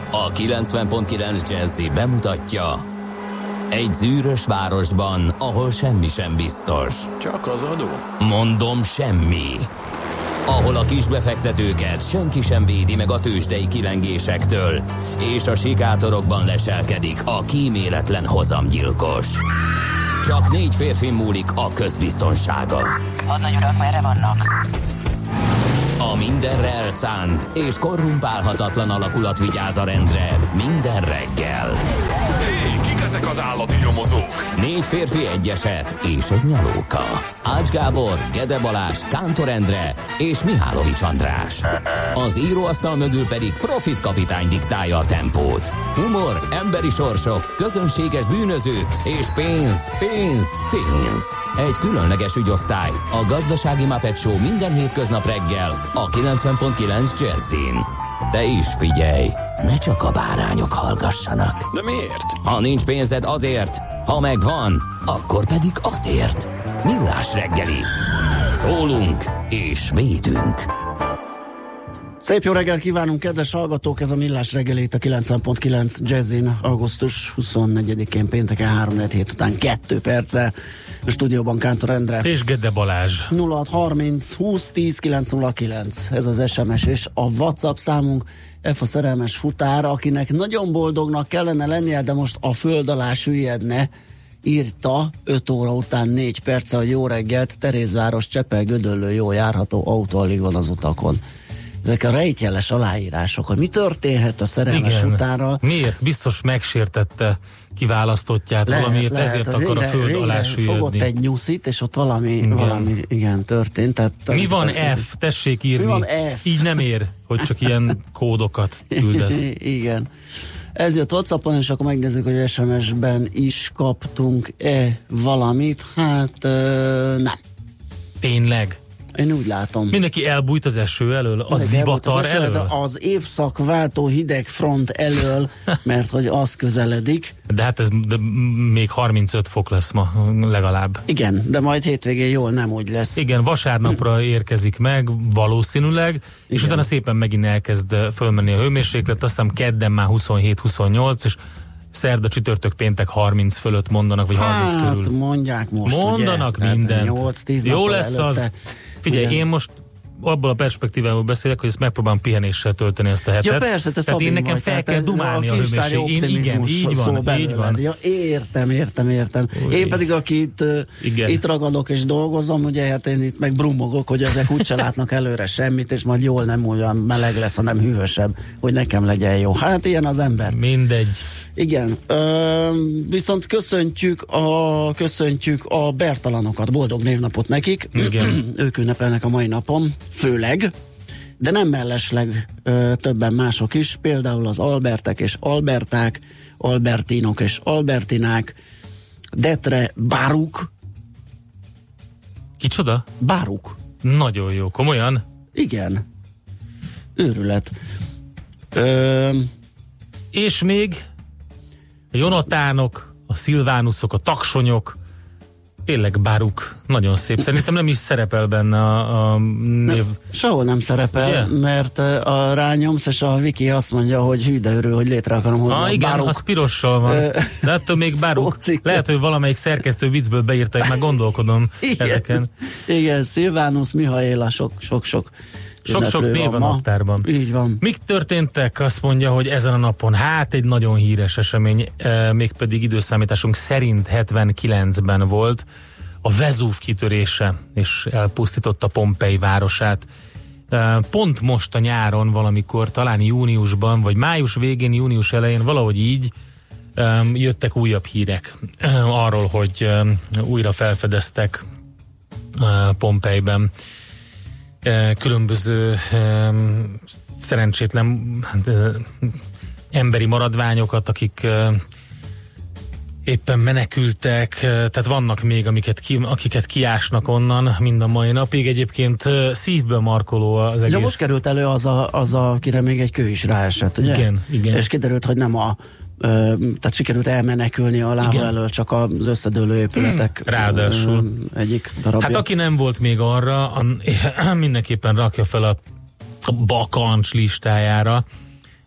A 90.9 Jazzy bemutatja: egy zűrös városban, ahol semmi sem biztos. Csak az adó? Mondom, semmi. Ahol a kisbefektetőket senki sem védi meg a tőzsdei kilengésektől, és a sikátorokban leselkedik a kíméletlen hozamgyilkos. Csak 4 férfi múlik a közbiztonsága. Hadnagy urak, merre vannak? A mindenre elszánt és korrumpálhatatlan alakulat vigyáz a rendre minden reggel. Hé, kik ezek az állati nyomozók? 4 férfi, egy eset és egy nyalóka. Ács Gábor, Gede Balázs, Kántor Endre és Mihálovics András. Az íróasztal mögül pedig Profit kapitány diktálja a tempót. Humor, emberi sorsok, közönséges bűnözők és pénz, pénz, pénz. Egy különleges ügyosztály, a Gazdasági Muppet Show minden hétköznap reggel a 90.9 Jazzin. De is figyelj, ne csak a bárányok hallgassanak. De miért? Ha nincs pénzed, azért, ha megvan, akkor pedig azért. Millás reggeli. Szólunk és védünk. Szép jó reggelt kívánunk, kedves hallgatók! Ez a Millás reggelét a 90.9 Jazzin, augusztus 24-én pénteken 3-7 után 2 perccel. A stúdióban Kántor Endre és Gede Balázs. 0630 20 10 909. Ez az SMS és a WhatsApp számunk. F a szerelmes futár, akinek nagyon boldognak kellene lennie, de most a föld alá süllyedne, írta 5 óra után 4 perce, hogy jó reggelt, Terézváros, Csepel, Gödöllő, jó járható, autó alig van az utakon. Ezek a rejtjeles aláírások, hogy mi történhet a szerelmes futárral. Miért? Biztos megsértette kiválasztottját valamiért, ezért akar a föld alá süllyedni. Fogott egy nyuszit, és ott valami történt. Tehát, mi van F? Tessék írni. Mi van F? Így nem ér, hogy csak ilyen kódokat küldesz. Igen. Ez jött WhatsAppon, és akkor megnézzük, hogy SMS-ben is kaptunk-e valamit. Hát nem. Tényleg? Én úgy látom. Mindenki elbújt az eső elől, a zivatar elől? Az évszakváltó hideg front elől, mert hogy az közeledik. De hát ez még 35 fok lesz ma legalább. Igen, de majd hétvégén jól nem úgy lesz. Igen, vasárnapra érkezik meg valószínűleg, és utána szépen megint elkezd fölmenni a hőmérséklet, aztán kedden már 27-28, és szerda, csütörtök, péntek 30 fölött mondanak, vagy 30 körül. Hát mondják most, mondanak ugye? Mindent. 8-10 jó lesz előtte. Az. Figyelj, igen. Én most abból a perspektívából beszélek, hogy ezt megpróbálom pihenéssel tölteni ezt a hetet. Ja persze, te tehát én nekem fel kell dumálni a hőmérséklet. Igen, így van. Ja, értem. Én pedig, akit itt ragadok és dolgozom, ugye hát én itt meg brummogok, hogy ezek úgyse látnak előre semmit, és majd jól nem olyan meleg lesz, hanem hűvösebb, hogy nekem legyen jó. Hát ilyen az ember. Mindegy. Igen. Viszont köszöntjük a bertalanokat, boldog névnapot nekik. Igen. Ők ünnepelnek a mai napon, főleg, de nem mellesleg többen mások is, például az Albertek és Alberták, Albertinok és Albertinák, Detre Báruk. Kicsoda? Báruk. Nagyon jó, komolyan? Igen. Őrület. És még a Jonatánok, a Szilvánuszok, a Taksonyok, tényleg Báruk, nagyon szép. Szerintem nem is szerepel benne a név. Nem, sehol nem szerepel, mert a rányomsz, és a Wiki azt mondja, hogy hű, de örül, hogy létre akarom hozni. Igen, Báruk. az pirossal van. De attól még Báruk. Lehet, hogy valamelyik szerkesztő viccből beírta, hogy már gondolkodom ezeken. Igen, Szilvánusz, Mihaéla, sok-sok név a naptárban. Így van. Mik történtek? Azt mondja, hogy ezen a napon egy nagyon híres esemény, mégpedig időszámításunk szerint 79-ben volt a Vezúv kitörése, és elpusztította Pompei városát. Pont most a nyáron valamikor, talán júniusban, vagy május végén, június elején, valahogy így jöttek újabb hírek arról, hogy újra felfedeztek Pompeiben különböző szerencsétlen emberi maradványokat, akik éppen menekültek, tehát vannak még, akiket kiásnak onnan mind a mai napig. Egyébként szívbe markoló az egész. Ja, most került elő az akire még egy kő is ráesett, ugye? Igen. És kiderült, hogy nem tehát sikerült elmenekülni a lába elől, csak az összedőlő épületek ráadásul egyik darabja. Hát aki nem volt még arra, mindenképpen rakja fel a bakancs listájára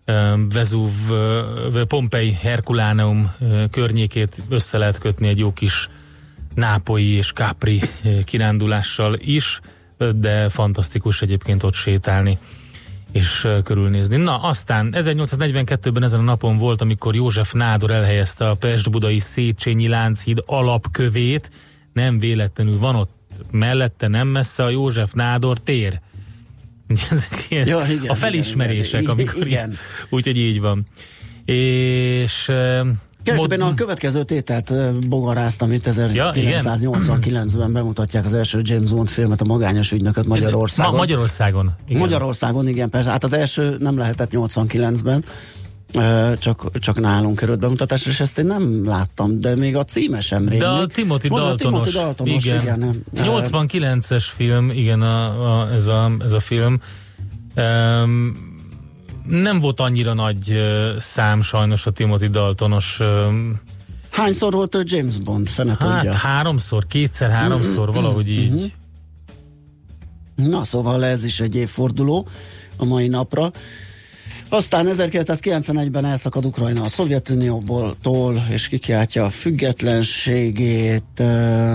Vezúv, Pompei, Herculaneum környékét össze lehet kötni egy jó kis nápolyi és Capri kirándulással is, de fantasztikus egyébként ott sétálni és körülnézni. Na, aztán 1842-ben ezen a napon volt, amikor József Nádor elhelyezte a pest-budai Széchenyi Lánchíd alapkövét, nem véletlenül van ott mellette, nem messze a József Nádor tér. Ezek ilyen, ja, igen, a felismerések, igen, amikor igen. Úgyhogy így van. És Kérdezőben a következő tételt bogaráztam, amit 1989-ben bemutatják az első James Bond filmet, a Magányos ügynököt Magyarországon. Magyarországon. Igen. Magyarországon, igen, persze. Hát az első nem lehetett 89-ben, csak nálunk került bemutatásra, és ezt én nem láttam, de még a címe sem rémlik. De a Timothy Daltonos, igen. 89-es film, igen, ez a film. Nem volt annyira nagy szám sajnos a Timothy Daltonos. Hányszor volt ő James Bond? Fene tudja. Háromszor, valahogy így. Na, szóval ez is egy évforduló a mai napra. Aztán 1991-ben elszakad Ukrajna a Szovjetunióból, és kikiáltja a függetlenségét.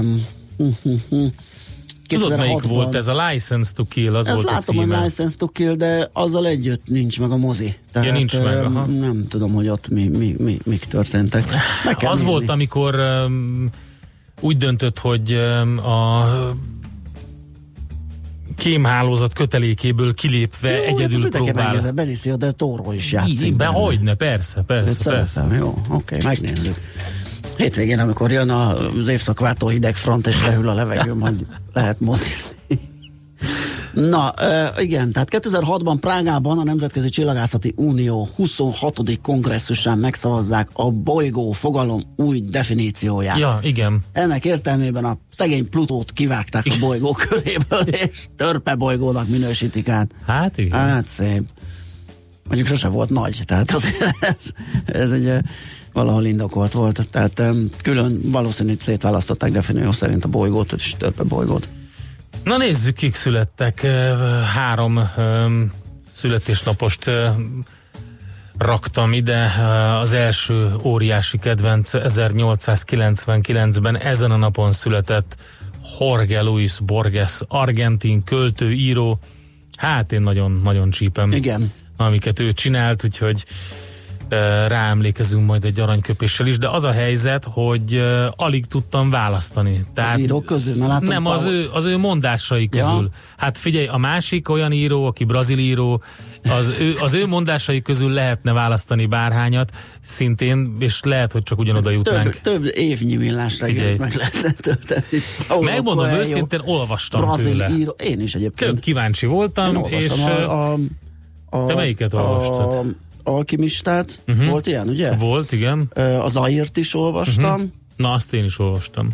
Tudod, melyik volt ez? A License to Kill, az volt a címe. Látom, hogy License to Kill, de azzal együtt nincs meg a mozi. Tehát, nincs meg, aha. Nem tudom, hogy ott mik történtek. Az nézni. Volt, amikor úgy döntött, hogy a kémhálózat kötelékéből kilépve egyedül próbál. Benicio del Toro is játszik. Hogyne, persze. Jó, oké, megnézzük. Hétvégén, amikor jön az évszakváltó hideg front és lehűl a levegő, majd lehet mozizni. Na, igen, tehát 2006-ban Prágában a Nemzetközi Csillagászati Unió 26. kongresszusán megszavazzák a bolygó fogalom új definícióját. Ja, igen. Ennek értelmében a szegény Plutót kivágták a bolygó köréből, és törpebolygónak minősítik át. Hát igen. Hát szép. Mondjuk sose volt nagy, tehát azért ez egy valahol indokolt volt. Tehát külön valószínűleg szétválasztották definió szerint a bolygót és törpebolygót. Na nézzük, kik születtek. 3 születésnapost raktam ide. Az első óriási kedvenc 1899-ben ezen a napon született Jorge Luis Borges, argentin költő, író. Hát én nagyon csípem, igen, amiket ő csinált, úgyhogy ráemlékezünk majd egy aranyköpéssel is, de az a helyzet, hogy alig tudtam választani. Tehát az írók közül? Nem, az ő mondásai közül. Ja. Hát figyelj, a másik olyan író, aki brazil író, az ő mondásai közül lehetne választani bárhányat, szintén, és lehet, hogy csak ugyanoda jutnánk. Több évnyi millás reggelt meg lehetne tölteni. Megmondom őszintén, olvastam tőle. Író. Én is egyébként. Tök kíváncsi voltam, és te melyiket olvastad? Alkimistát, volt ilyen, ugye? Volt, igen. Az Airt is olvastam. Na, azt én is olvastam.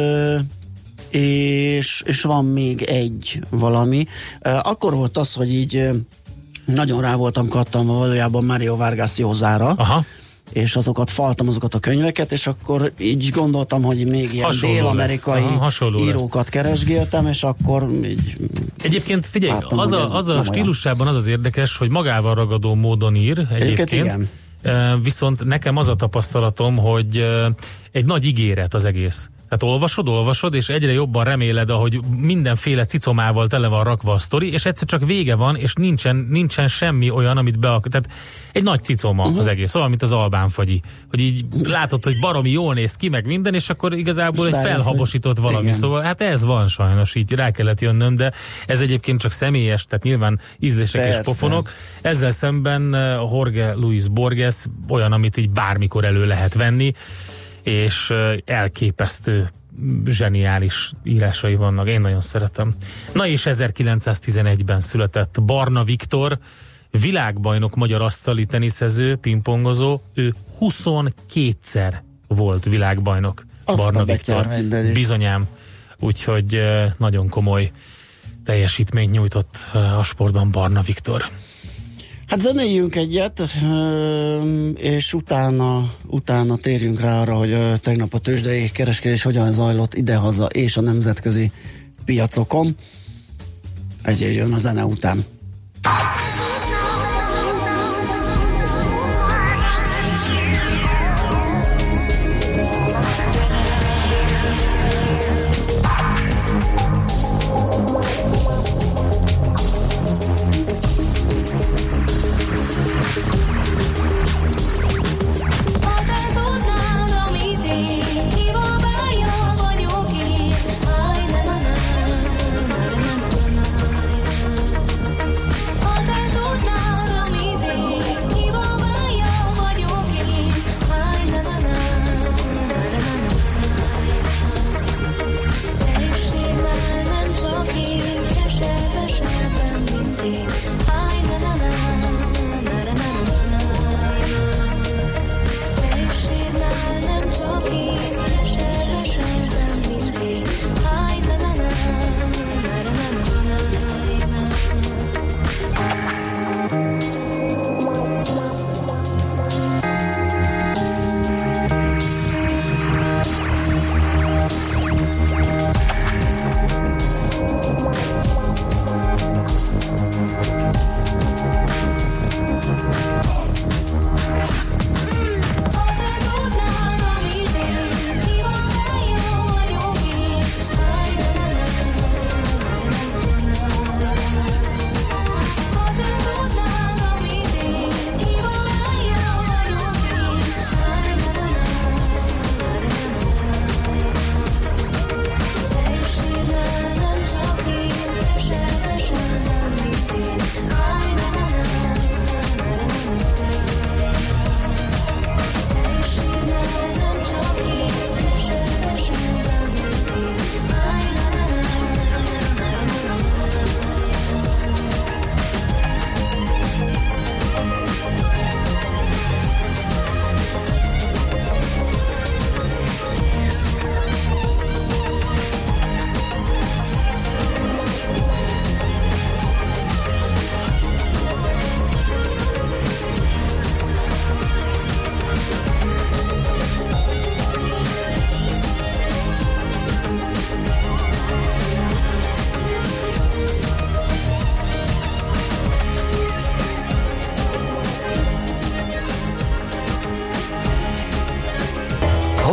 És van még egy valami. Akkor volt az, hogy így nagyon rá voltam kattanva valójában Mario Vargas Llosára. Aha. És azokat a könyveket, és akkor így gondoltam, hogy még ilyen dél-amerikai írókat keresgéltem, és akkor így... Egyébként figyelj, láttam, az a stílusában az érdekes, hogy magával ragadó módon ír egyébként. Viszont nekem az a tapasztalatom, hogy egy nagy ígéret az egész. Tehát olvasod, és egyre jobban reméled, ahogy mindenféle cicomával tele van rakva a sztori, és egyszer csak vége van, és nincsen semmi olyan, amit tehát egy nagy cicoma az egész, olyan, mint az albánfagyi. Hogy így látod, hogy baromi jól néz ki, meg minden, és akkor igazából egy felhabosított valami. Igen. Szóval hát ez van sajnos, így rá kellett jönnöm, de ez egyébként csak személyes, tehát nyilván ízlések és pofonok. Ezzel szemben Jorge Luis Borges olyan, amit így bármikor elő lehet venni, és elképesztő, zseniális írásai vannak. Én nagyon szeretem. Na és 1911-ben született Barna Viktor, világbajnok magyar asztali teniszező, pingpongozó. Ő 22-szer volt világbajnok. Azt Barna Viktor. Bizonyám. Úgyhogy nagyon komoly teljesítményt nyújtott a sportban Barna Viktor. Hát zenéljünk egyet, és utána térjünk rá arra, hogy tegnap a tőzsdei kereskedés hogyan zajlott idehaza és a nemzetközi piacokon. Egy jön a zene után.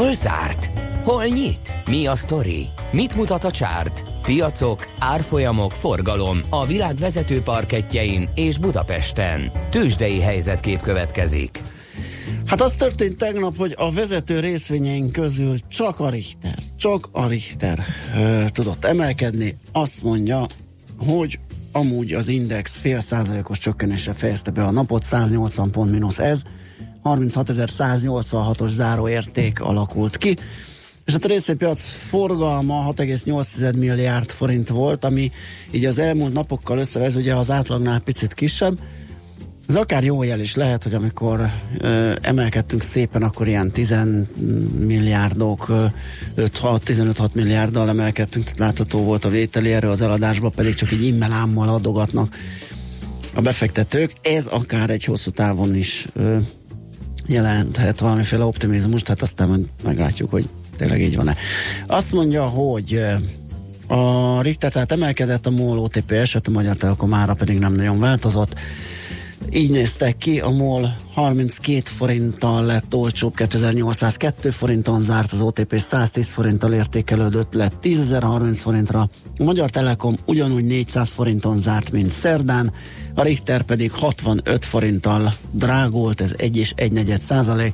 Hol zárt? Hol nyit? Mi a sztori? Mit mutat a csárt? Piacok, árfolyamok, forgalom a világ vezető parkettjein és Budapesten. Tőzsdei helyzetkép következik. Hát az történt tegnap, hogy a vezető részvényeink közül csak a Richter tudott emelkedni. Azt mondja, hogy amúgy az index 0,5%-os csökkenésre fejezte be a napot, 180 pont mínusz ez, 36.186-os záróérték alakult ki, és hát a részvénypiac forgalma 6,8 milliárd forint volt, ami így az elmúlt napokkal összevezve ugye az átlagnál picit kisebb. Ez akár jó jel is lehet, hogy amikor emelkedtünk szépen, akkor ilyen 10 milliárdok, 15-6 milliárddal emelkedtünk, tehát látható volt a vételi erő, az eladásba pedig csak így immelámmal adogatnak a befektetők. Ez akár egy hosszú távon is jelenthet valamiféle optimizmust, hát aztán majd meglátjuk, hogy tényleg így van-e. Azt mondja, hogy a Richter tehát emelkedett, a MOL OTP eset, a Magyar Telekom ára pedig nem nagyon változott. Így néztek ki, a MOL 32 forinttal lett olcsóbb, 2802 forinton zárt, az OTP 110 forinttal értékelődött, lett 10.030 forintra, a Magyar Telekom ugyanúgy 400 forinton zárt, mint szerdán, a Richter pedig 65 forinttal drágult, ez 1,1%,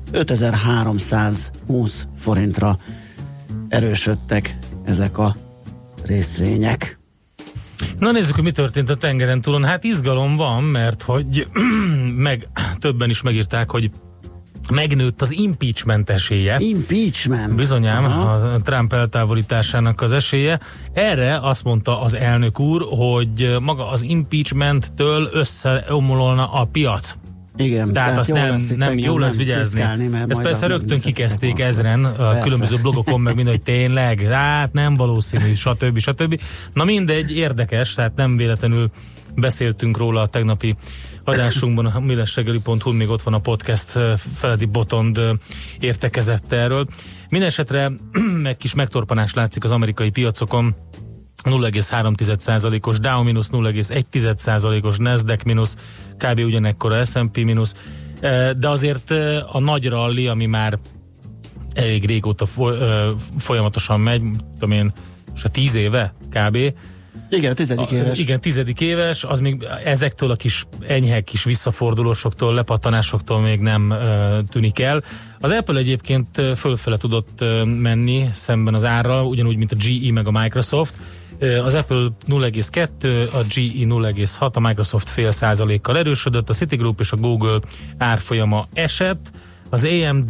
5320 forintra erősödtek ezek a részvények. Na nézzük, hogy mi történt a tengeren túlon. Hát izgalom van, mert hogy többen is megírták, hogy megnőtt az impeachment esélye. Impeachment? Bizonyám, a Trump eltávolításának az esélye. Erre azt mondta az elnök úr, hogy maga az impeachment-től összeomolna a piac. Igen, tehát azt nem jó lesz vigyázni. Ezt persze rögtön kikezdték ezren a különböző blogokon, meg minden, hogy tényleg, hát nem valószínű, stb. Na mindegy, érdekes, tehát nem véletlenül beszéltünk róla a tegnapi adásunkban, a millesreggeli.hu, még ott van a podcast, Feledi Botond értekezett erről. Mindenesetre meg kis megtorpanás látszik az amerikai piacokon, 0,3%-os Dow mínusz, 0,1%-os Nasdaq mínusz, kb. Ugyanekkora S&P mínusz, de azért a nagy rally, ami már elég régóta folyamatosan megy, tudom én, most a 10 éve kb. Igen, 10. éves. Igen, 10. éves, az még ezektől a kis enyhe kis visszafordulósoktól, lepattanásoktól még nem tűnik el. Az Apple egyébként fölfele tudott menni szemben az árral, ugyanúgy, mint a GE meg a Microsoft. Az Apple 0,2, a GE 0,6, a Microsoft fél százalékkal erősödött, a Citigroup és a Google árfolyama esett, az AMD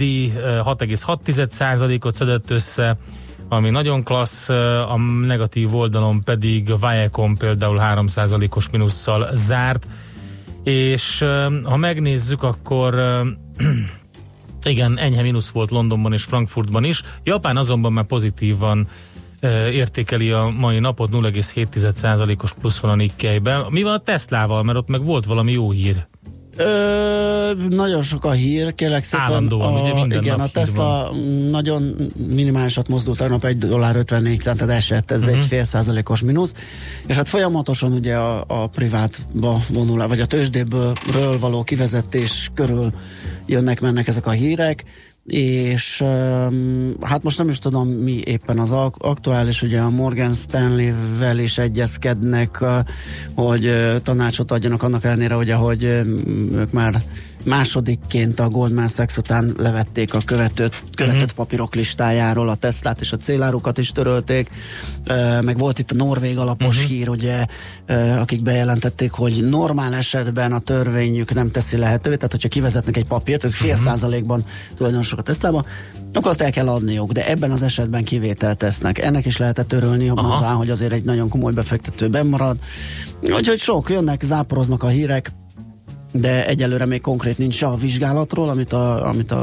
6,6%-ot szedett össze, ami nagyon klassz, a negatív oldalon pedig a Viacom például 3%-os mínusszal zárt, és ha megnézzük, akkor igen, enyhe mínusz volt Londonban és Frankfurtban is, Japán azonban már pozitívan értékeli a mai napot, 0,7%-os plusz van a Nikkeiben. Mi van a Teslával, mert ott meg volt valami jó hír? Nagyon sok a hír, kérlek szépen. Állandóan, ugye minden igen, nap a Tesla nagyon minimálisat mozdult, tegnap $1.54 esett, ez egy 0,5%-os mínusz, és hát folyamatosan ugye a privátba vonul, vagy a tőzsdéből való kivezetés körül mennek ezek a hírek, és hát most nem is tudom, mi éppen az aktuális, ugye a Morgan Stanley-vel is egyezkednek, hogy tanácsot adjanak annak ellenére, hogy ahogy ők már másodikként a Goldman Sachs után levették a követett papírok listájáról a Teslát, és a célárukat is törölték, meg volt itt a norvég alapos hír, ugye, akik bejelentették, hogy normál esetben a törvényük nem teszi lehetővé, tehát hogyha kivezetnek egy papírt, ők 0,5%-ban tulajdonosok a Teslába, akkor azt el kell adniuk, de ebben az esetben kivételt tesznek. Ennek is lehetett törölni, mondván, hogy azért egy nagyon komoly befektető bennmarad. Úgyhogy sok jönnek, záporoznak a hírek, de egyelőre még konkrét nincs se a vizsgálatról, amit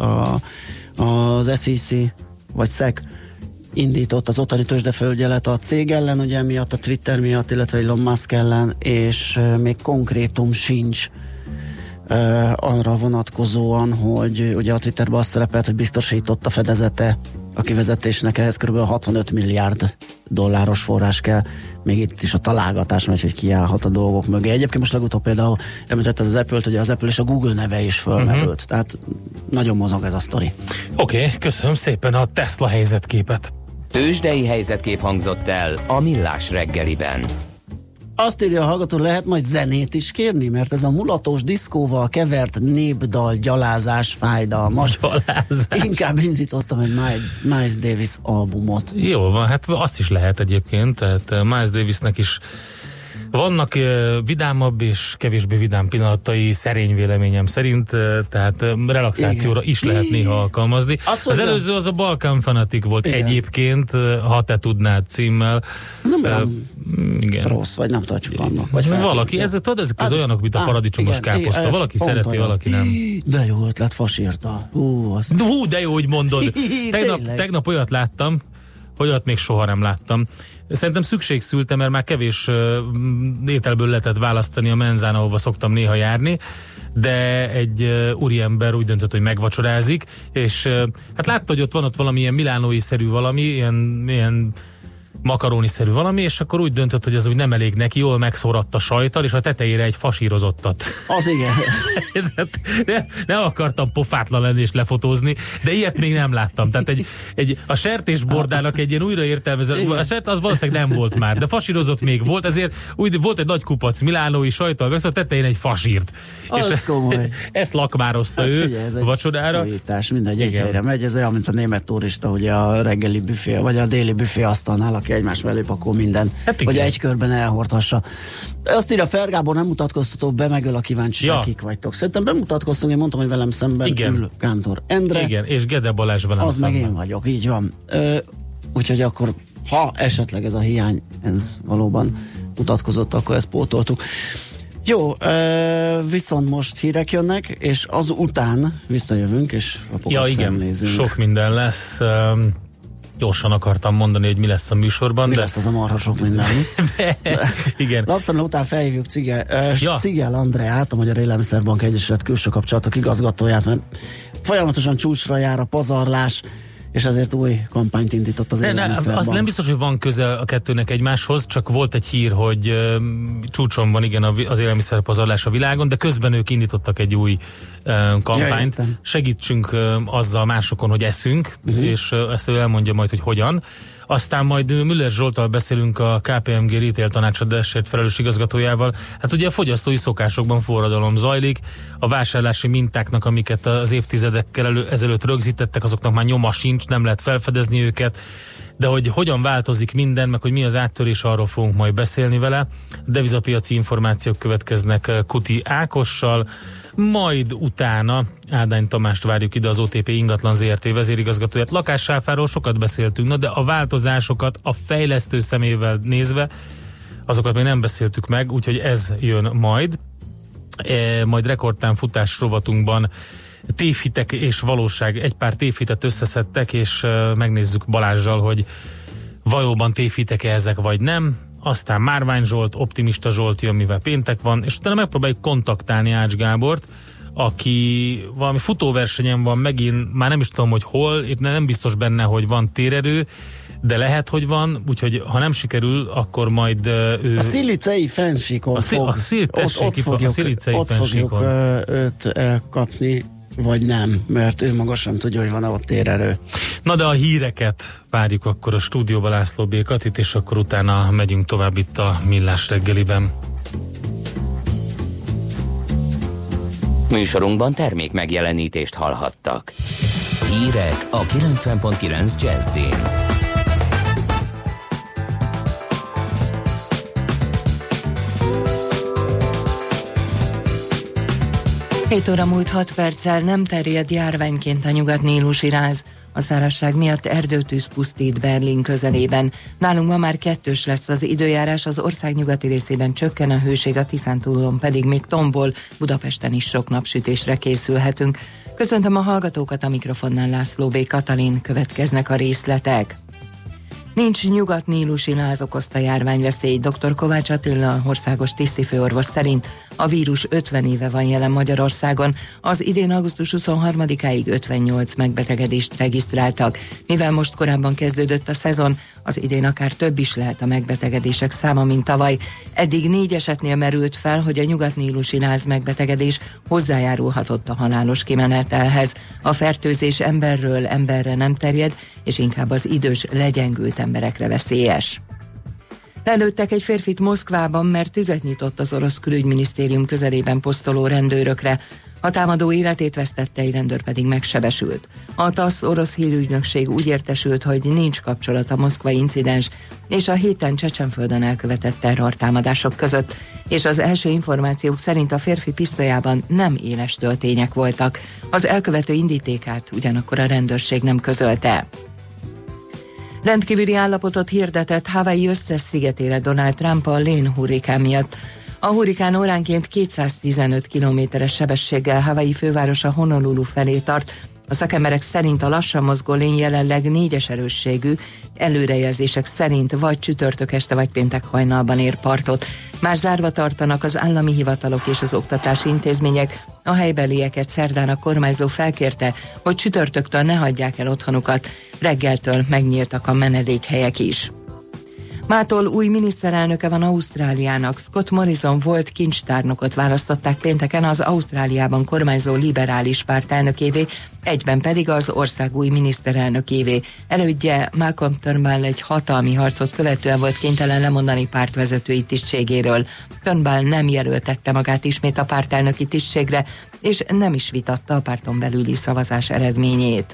az SEC vagy SEC indított, az ottani tőzsdefelügyelet a cég ellen, ugye miatt, a Twitter miatt, illetve Elon Musk ellen, és még konkrétum sincs arra vonatkozóan, hogy ugye a Twitterben azt szerepelt, hogy biztosított a fedezete a kivezetésnek, ehhez kb. 65 milliárd dolláros forrás kell, még itt is a találgatás megy, hogy ki állhat a dolgok mögé. Egyébként most legutóbb például említetted az Apple-t, hogy az Apple és a Google neve is fölmerült, tehát nagyon mozog ez a sztori. Oké, köszönöm szépen a Tesla helyzetképet. Tőzsdei helyzetkép hangzott el a Millás reggeliben. Azt írja a hallgató, lehet majd zenét is kérni, mert ez a mulatós diszkóval kevert népdal, gyalázás, fájdalmas. Gyalázás. Inkább indítottam egy Miles Davis albumot. Jó van, hát azt is lehet egyébként, tehát Miles Davisnek is vannak vidámabb és kevésbé vidám pillanatai, szerény véleményem szerint, tehát relaxációra is lehet néha alkalmazni. Az előző az a Balkán Fanatik volt egyébként, ha te tudnád címmel. Nem igen. Rossz, vagy nem tartjuk annak. Vagy valaki, ezek az olyanok, mint a paradicsomos káposzta. Valaki szereti, valaki nem. De jó ötlet, fasírta. De jó, hogy mondod. Tegnap olyat láttam, olyat még soha nem láttam. Szerintem szükség szülte, mert már kevés ételből lehetett választani a menzán, ahova szoktam néha járni, de egy úriember úgy döntött, hogy megvacsorázik, és hát látta, hogy ott van valamilyen milánói-szerű valami, ilyen makaróni-szerű valami, és akkor úgy döntött, hogy az úgy nem elég neki, jól megszóratta sajttal, és a tetejére egy fasírozottat. Az igen. Nem akartam pofátlan lenni és lefotózni, de ilyet még nem láttam. Tehát a sertésbordának egy ilyen újraértelmezett, a sert az valószínűleg nem volt már, de fasírozott még volt, ezért úgy volt egy nagy kupac milánói sajttal, meg a tetején egy fasírt. Az és komoly. Ezt lakmározta hát, ő vacsorára. Újítás, mindegy, egy helyre megy, ez olyan, mint a német turista, ugye a reggeli büfé, vagy a déli büfé asztalnál, aki egymás mellé pakol minden, hát hogy egy körben elhordhassa. Azt írja, Fergábor, nem mutatkoztatok be, megöl a kíváncsiság, kik vagytok. Szerintem bemutatkoztunk, én mondtam, hogy velem szemben ül Kántor Endre. Igen, és Gede Balázs velem az szemben. Meg én vagyok, így van. Úgyhogy akkor, ha esetleg ez a hiány, ez valóban mutatkozott, akkor ezt pótoltuk. Jó, viszont most hírek jönnek, és azután visszajövünk, és rapokat szemlézünk. Sok minden lesz. Gyorsan akartam mondani, hogy mi lesz a műsorban. Mi lesz az a marha sok minden? Igen. Lapszemle után felhívjuk Cigel Andreát, a Magyar Élelmiszerbank Egyesület külső kapcsolatok igazgatóját, mert folyamatosan csúcsra jár a pazarlás, és ezért új kampányt indított az Élelmiszerbank. Az nem biztos, hogy van köze a kettőnek egymáshoz, csak volt egy hír, hogy csúcson van igen az élelmiszerpazarlás a világon, de közben ők indítottak egy új kampányt. Segítsünk azzal másokon, hogy eszünk, és ezt ő elmondja majd, hogy hogyan. Aztán majd Müller Zsolttal beszélünk, a KPMG Retail tanácsadásért felelős igazgatójával. Hát ugye a fogyasztói szokásokban forradalom zajlik, a vásárlási mintáknak, amiket az évtizedekkel ezelőtt rögzítettek, azoknak már nyoma sincs, nem lehet felfedezni őket, de hogy hogyan változik minden, meg hogy mi az áttörés, arról fogunk majd beszélni vele. Devizapiaci információk következnek Kuti Ákossal, majd utána Ádány Tamást várjuk ide, az OTP Ingatlan ZRT vezérigazgatóját. Lakásáfáról sokat beszéltünk, de a változásokat a fejlesztő szemével nézve, azokat még nem beszéltük meg, úgyhogy ez jön majd. Majd rekordtán futás rovatunkban tévhitek és valóság, egy pár tévhitet összeszedtek, és megnézzük Balázsral, hogy valóban tévhitek-e ezek, vagy nem. Aztán Márvány Zsolt, Optimista Zsolt jön, mivel péntek van, és utána megpróbáljuk kontaktálni Ács Gábort, aki valami futóversenyen van megint, már nem is tudom, hogy hol, itt nem biztos benne, hogy van térerő, de lehet, hogy van, úgyhogy ha nem sikerül, akkor majd ő... A szilicei fennsíkon ott fogjuk őt elkapni, vagy nem, mert ő maga sem tudja, hogy van-e ott térerő. Na de a híreket várjuk akkor a stúdióba László B. Katit, és akkor utána megyünk tovább itt a Millás reggeliben. Műsorunkban termék megjelenítést hallhattak. Hírek a 90.9 Jazzin. 7 óra múlt 6 perccel, nem terjed járványként a nyugat-nílusi ráz. A szárazság miatt erdőtűz pusztít Berlin közelében. Nálunk ma már 2-s lesz az időjárás, az ország nyugati részében csökken a hőség, a Tiszántúlon pedig még tombol, Budapesten is sok napsütésre készülhetünk. Köszöntöm a hallgatókat, a mikrofonnál László B. Katalin, következnek a részletek. Nincs nyugat-nílusi láz okozta járványveszély. Dr. Kovács Attila, országos tisztifőorvos szerint a vírus 50 éve van jelen Magyarországon. Az idén augusztus 23-áig 58 megbetegedést regisztráltak. Mivel most korábban kezdődött a szezon, az idén akár több is lehet a megbetegedések száma, mint tavaly. Eddig 4 esetnél merült fel, hogy a nyugat-nílusi láz megbetegedés hozzájárulhatott a halálos kimenetelhez. A fertőzés emberről emberre nem terjed, és inkább az idős, legyengült emberekre veszélyes. Lelőttek egy férfit Moszkvában, mert tüzet nyitott az orosz külügyminisztérium közelében posztoló rendőrökre. A támadó életét vesztette, egy rendőr pedig megsebesült. A TASZ orosz hírügynökség úgy értesült, hogy nincs kapcsolat a moszkvai incidens és a héten Csecsenföldön elkövetett terrortámadások között, és az első információk szerint a férfi pisztolyában nem éles töltények voltak. Az elkövető indítékát ugyanakkor a rendőrség nem közölte. Rendkívüli állapotot hirdetett Hawaii összes szigetére Donald Trump a Lane hurrikán miatt. A hurrikán óránként 215 km/s sebességgel Hawaii fővárosa Honolulu felé tart. A szakemberek szerint a lassan mozgó Lane jelenleg 4-es erősségű, előrejelzések szerint vagy csütörtök este, vagy péntek hajnalban ér partot. Már zárva tartanak az állami hivatalok és az oktatási intézmények. A helybelieket szerdán a kormányzó felkérte, hogy csütörtöktől ne hagyják el otthonukat. Reggeltől megnyíltak a menedékhelyek is. Mától új miniszterelnöke van Ausztráliának. Scott Morrison volt kincstárnokot választották pénteken az Ausztráliában kormányzó liberális párt elnökévé, egyben pedig az ország új miniszterelnökévé. Elődje Malcolm Turnbull egy hatalmi harcot követően volt kénytelen lemondani pártvezetői tisztségéről. Turnbull nem jelöltette magát ismét a pártelnöki tisztségre, és nem is vitatta a párton belüli szavazás eredményét.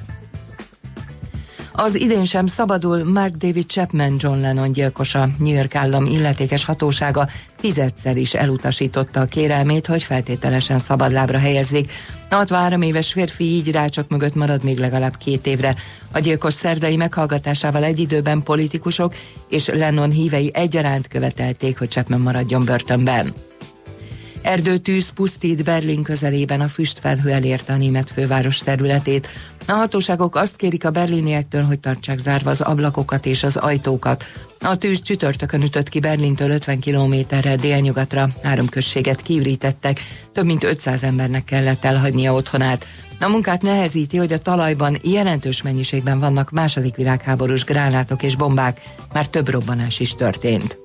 Az idén sem szabadul Mark David Chapman, John Lennon gyilkosa. New York állam illetékes hatósága 10-szer is elutasította a kérelmét, hogy feltételesen szabadlábra helyezzék. A 63 éves férfi így rácsok mögött marad még legalább 2 évre. A gyilkos szerdai meghallgatásával egy időben politikusok és Lennon hívei egyaránt követelték, hogy Chapman maradjon börtönben. Erdőtűz pusztít Berlin közelében, a füstfelhő elérte a német főváros területét. A hatóságok azt kérik a berliniektől, hogy tartsák zárva az ablakokat és az ajtókat. A tűz csütörtökön ütött ki Berlintől 50 kilométerrel délnyugatra, 3 községet kiürítettek, több mint 500 embernek kellett elhagynia otthonát. A munkát nehezíti, hogy a talajban jelentős mennyiségben vannak második világháborús gránátok és bombák, már több robbanás is történt.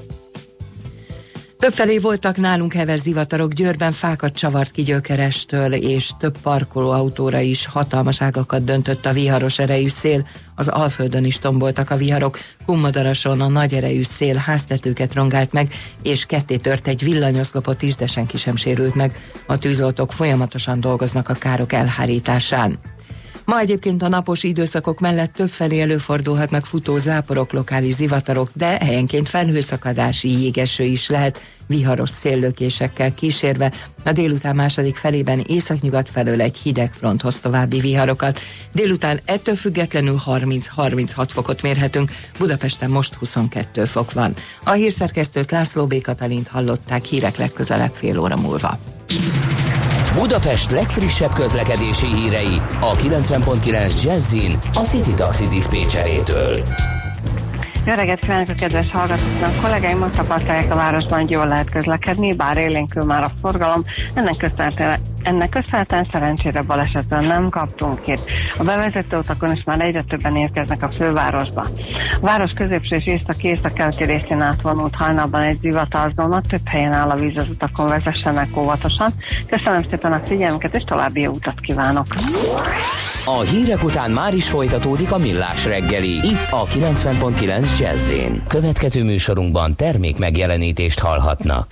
Többfelé voltak nálunk heves zivatarok, Győrben fákat csavart ki Gyökerestől, és több parkolóautóra is hatalmas ágakat döntött a viharos erejű szél. Az Alföldön is tomboltak a viharok, Kunmadarason a nagy erejű szél háztetőket rongált meg, és ketté tört egy villanyoszlopot is, de senki sem sérült meg. A tűzoltók folyamatosan dolgoznak a károk elhárításán. Ma egyébként a napos időszakok mellett többfelé előfordulhatnak futó záporok, lokális zivatarok, de helyenként felhőszakadási jégeső is lehet, viharos széllökésekkel kísérve. A délután második felében északnyugat felől egy hideg front hoz további viharokat. Délután ettől függetlenül 30-36 fokot mérhetünk, Budapesten most 22 fok van. A hírszerkesztőt, László B. Katalint hallották, hírek legközelebb fél óra múlva. Budapest legfrissebb közlekedési hírei a 90.9 Jazzin a City Taxi diszpécserétől. Jó reggelt kívánok a kedves hallgatóknak! Kollégáim azt tapasztalják a városban, hogy jól lehet közlekedni, bár élénkül már a forgalom. Ennek köszönhetően szerencsére balesetben nem kaptunk hírt. A bevezető utakon is már egyre többen érkeznek a fővárosba. A város középső és észak-keleti részén átvonult hajnalban egy zivatarzóna, több helyen áll a víz az utakon, vezessenek óvatosan. Köszönöm szépen a figyelmüket, és további jó utat kívánok! A hírek után már is folytatódik a Millás reggeli, itt a 90.9 Jazz-én. Következő műsorunkban termék megjelenítést hallhatnak.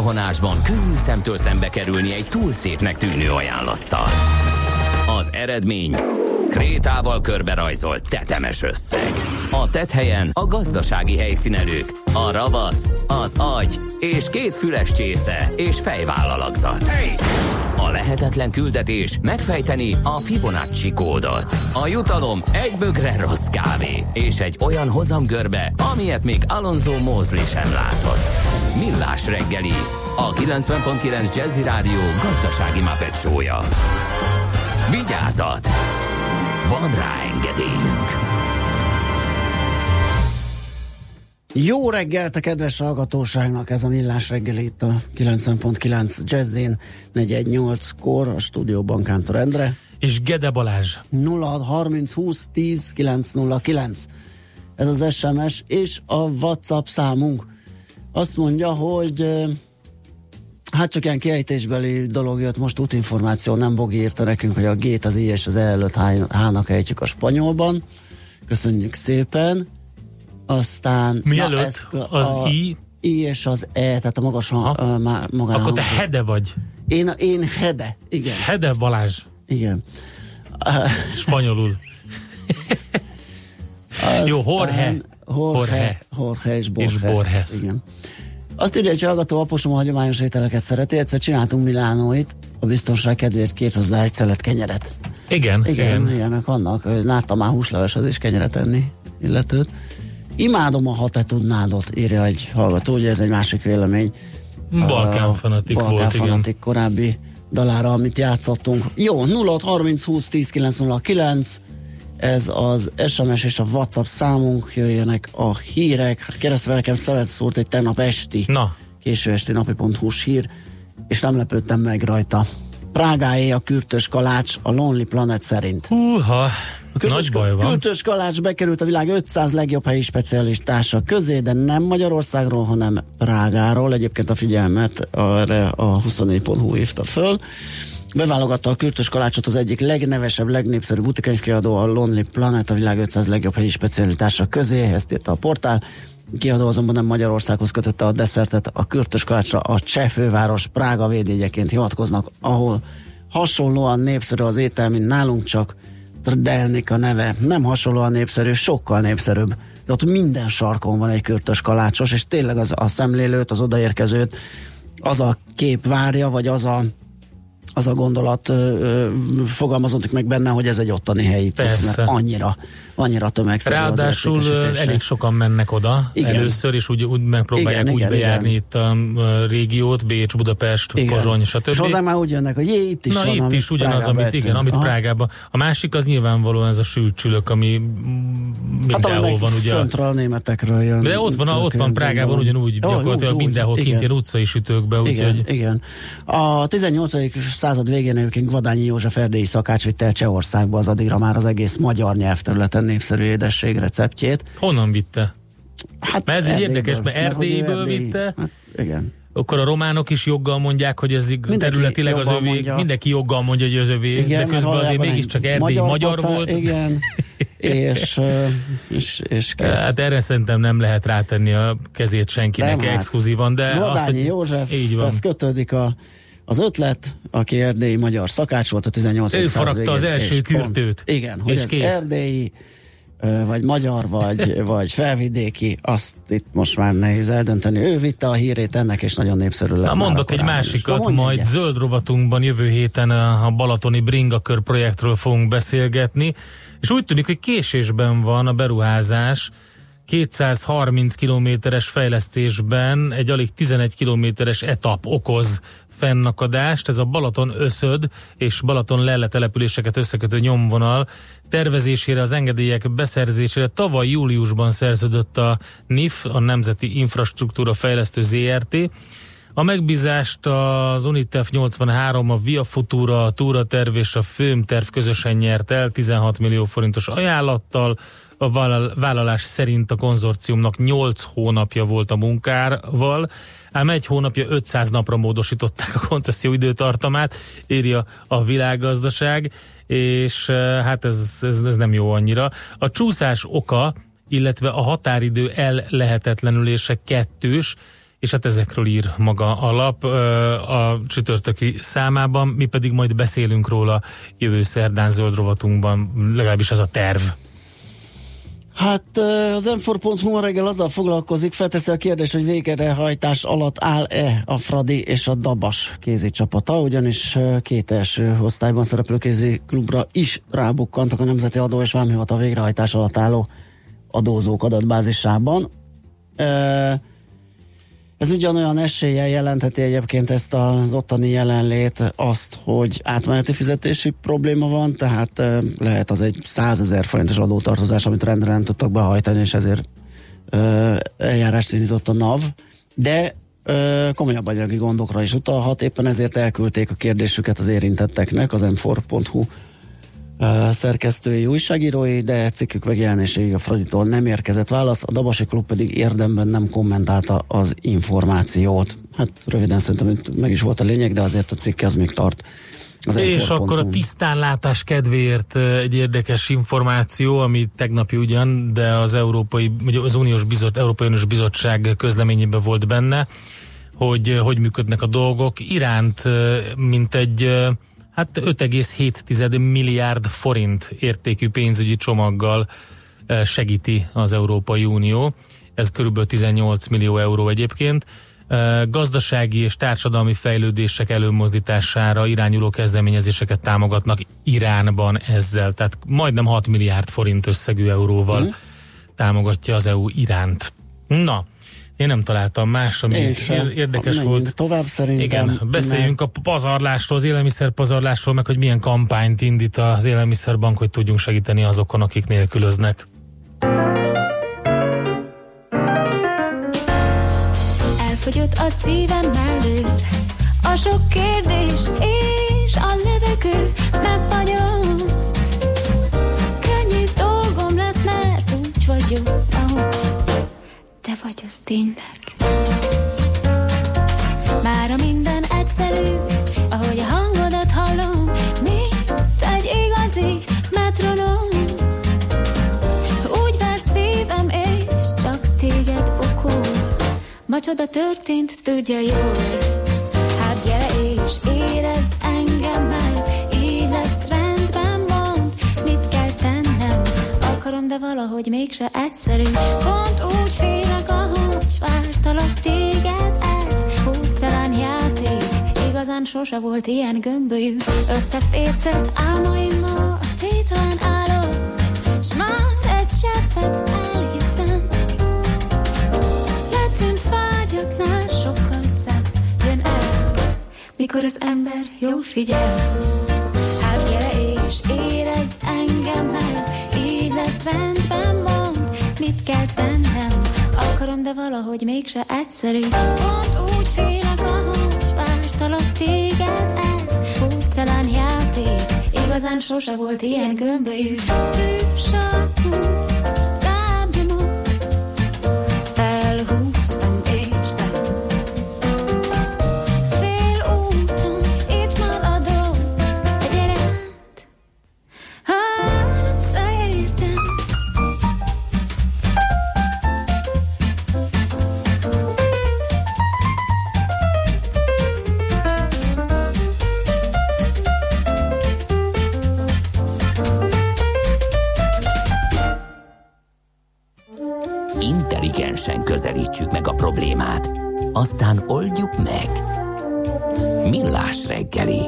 rohanásban könnyű szemtől szembe kerülni egy túl szépnek tűnő ajánlattal. Az eredmény krétával körberajzolt tetemes összeg. A tetthelyen a gazdasági helyszínelők, a ravasz, az agy és 2 füles csésze és fejvállalakzat. A lehetetlen küldetés megfejteni a Fibonacci kódot. A jutalom egy bögre rossz kávé és egy olyan hozamgörbe, amilyet még Alonso Mosley sem látott. Millás reggeli, a 90.9 Jazzy Rádió gazdasági Muppet show-ja. Vigyázat! Van rá engedélyünk! Jó reggelt a kedves hallgatóságnak, ez a Millás reggeli itt a 90.9 Jazzin, 418-kor a stúdióban Kántor Endre. És Gede Balázs. 0630 20 10 909. Ez az SMS és a WhatsApp számunk. Azt mondja, hogy hát csak ilyen kiejtésbeli dolog jött, most útinformáció, nem Bogi írta nekünk, hogy a G-t, az I és az E előtt H-nak ejtjük a spanyolban. Köszönjük szépen. Aztán... Mi előtt? Az I? I és az E, tehát a magas magán. Akkor te Hede vagy. Én Hede, igen. Hede Balázs. Igen. Spanyolul. Jó, Jorge és Borges. Igen. Azt írja, hogy hallgató, aposom a hagyományos ételeket szereti, egyszer csináltunk Milánóit, a biztonság kedvéért két hozzá egy szelet kenyeret. Igen. Ilyenek vannak. Láttam már húsleves, az is kenyeret enni illetőt. Imádom a Ha te tudnádot, írja egy hallgató, ugye ez egy másik vélemény. Balkán fanatik volt, igen. Korábbi dalára, amit játszottunk. Jó, 0630 20 10 909, ez az SMS és a WhatsApp számunk, jöjjenek a hírek. Hát keresztve nekem szemet szúrt egy tegnap esti, késő esti napi.hu-s hír, és nem lepődtem meg rajta. Prágáé a kürtös kalács a Lonely Planet szerint. Nagy baj van. Kürtös kalács bekerült a világ 500 legjobb helyi specialistása közé, de nem Magyarországról, hanem Prágáról. Egyébként a figyelmet erre a 24.hu hívta föl. Beválogatta a kürtös kalácsot az egyik legnevesebb, legnépszerűbb útikönyvkiadó, a Lonely Planet, a világ 500 legjobb helyi specialitása közé, ezt írta a portál. Kiadó azonban nem Magyarországhoz kötötte a desszertet, a kürtös kalácsra a cseh főváros Prága védjegyeként hivatkoznak, ahol hasonlóan népszerű az étel, mint nálunk, csak Trdelnik a neve. Nem hasonlóan népszerű, sokkal népszerűbb. De ott minden sarkon van egy kürtös kalácsos, és tényleg a szemlélőt, az odaérkezőt az a kép várja, vagy az a gondolat fogalmazódik meg benne, hogy ez egy ottani helyi cucc, mert annyira tömegszerű. Ráadásul elég sokan mennek oda először, és úgy megpróbálják bejárni itt a régiót, Bécs, Budapest, Pozsony, stb. És hozzá már úgy jönnek, hogy itt is van, itt is ugyanaz, amit Prágában. A másik az nyilvánvalóan ez a sülcsülök, ami mindenhol van. Ugye föntről a németekről jön. De ott van Prágában ugyanúgy, gyakorlatilag mindenhol kint ilyen utcai sütőkbe. Igen. A 18. század végén egyébként Gvadányi József erdélyi szakács vitte el Csehországba az addigra már az egész magyar nyelvterületen népszerű édesség receptjét. Honnan vitte? Hát mert ez így érdekes, mert Erdélyből vitte. Hát, igen. Akkor a románok is joggal mondják, hogy ez területileg az övé. Mindenki joggal mondja, hogy az övé. Igen, de közben azért mégiscsak Erdély magyar volt. Igen. és hát erre szerintem nem lehet rátenni a kezét senkinek exkluzívan, de Gvadányi József, ez kötődik az ötlet, aki erdélyi magyar szakács volt a 18. Ő faragta az első kürtőt. Igen, hogy ez erdélyi, vagy magyar, vagy felvidéki, azt itt most már nehéz eldönteni. Ő vitte a hírét ennek, és nagyon népszerű lett. Mondok egy másikat, majd zöld rovatunkban jövő héten a balatoni Bringakör projektről fogunk beszélgetni, és úgy tűnik, hogy késésben van a beruházás. 230 kilométeres fejlesztésben egy alig 11 kilométeres etap okoz fennakadást. Ez a Balaton-Öszöd és Balaton-Lelle településeket összekötő nyomvonal tervezésére, az engedélyek beszerzésére tavaly júliusban szerződött a NIF, a Nemzeti Infrastruktúra Fejlesztő ZRT. A megbízást az Unitef 83, a Via Futura, a Túraterv és a Főmterv közösen nyert el 16 millió forintos ajánlattal. A vállalás szerint a konzorciumnak 8 hónapja volt a munkával, ám egy hónapja 500 napra módosították a koncesszió időtartamát, írja a Világgazdaság, és hát ez nem jó annyira. A csúszás oka, illetve a határidő ellehetetlenülése kettős, és hát ezekről ír maga a lap a csütörtöki számában, mi pedig majd beszélünk róla jövő szerdán zöld rovatunkban, legalábbis ez a terv. Hát az m4.hu ma reggel azzal foglalkozik, felteszi a kérdés, hogy végrehajtás alatt áll-e a Fradi és a Dabas kézi csapata, ugyanis két első osztályban szereplő kézi klubra is rábukkantak a Nemzeti Adó és Vámhivatal végrehajtás alatt álló adózók adatbázisában. Ez ugyanolyan eséllyel jelentheti egyébként ezt az ottani jelenlét azt, hogy átmeneti fizetési probléma van, tehát lehet az egy 100 000 forintos adótartozás, amit rendre nem tudtak behajtani, és ezért eljárást indított a NAV, de komolyabb anyagi gondokra is utalhat, éppen ezért elküldték a kérdésüket az érintetteknek, az m4.hu szerkesztői, újságírói, de cikkük megjelenéséig a Fraditól nem érkezett válasz, a Dabasi Klub pedig érdemben nem kommentálta az információt. Hát röviden szerintem meg is volt a lényeg, de azért a cikk az még tart. És akkor a tisztánlátás kedvéért egy érdekes információ, ami tegnapi ugyan, de az Európai Uniós Bizottság közleményében volt benne, hogy működnek a dolgok. Iránt mint egy 5,7 milliárd forint értékű pénzügyi csomaggal segíti az Európai Unió. Ez körülbelül 18 millió euró egyébként. Gazdasági és társadalmi fejlődések előmozdítására irányuló kezdeményezéseket támogatnak Iránban ezzel. Tehát majdnem 6 milliárd forint összegű euróval támogatja az EU Iránt. Na, én nem találtam más, ami érdekes volt. Tovább szerintem. Igen, beszéljünk a pazarlásról, az élelmiszerpazarlásról, meg hogy milyen kampányt indít az Élelmiszerbank, hogy tudjunk segíteni azokon, akik nélkülöznek. Elfogyott a szívem mellől a sok kérdés és a levegő megfagyott. Könnyű dolgom lesz, mert úgy vagyok, ahogy te vagy, az tényleg. Mára minden egyszerű, ahogy a hangodat hallom, mint egy igazi metronom. Úgy ver szívem, és csak téged okol. Ma csoda történt, tudja jól. Hát gyere és érezd engem, mert így lesz, rendben, mondd, mit kell tennem. Akarom, de valahogy mégse egyszerű. Pont úgy félek, ahogy vártalak téged, ez porcelán játék. Igazán sose volt ilyen gömbölyű. Összefécelt álmaimmal tétlen állok, s már egy cseppet elhiszem. Letűnt vágyaknál sokkal szebb jön el, mikor az ember jól figyel. Hát gyere és érezd engem, mert így lesz, rendben, mondd, mit kell tennem. Akarom, de valahogy mégse egyszerű. Pont úgy félek, ahogy vártalak téged, ez porcelán játék. Igazán sose volt ilyen gömbölyű. Tűsarkú lábnyomok felhúztam, érzem. Fél úton itt maradok, gyere át, értem. Intelligensen közelítsük meg a problémát, aztán oldjuk meg. Millás reggeli.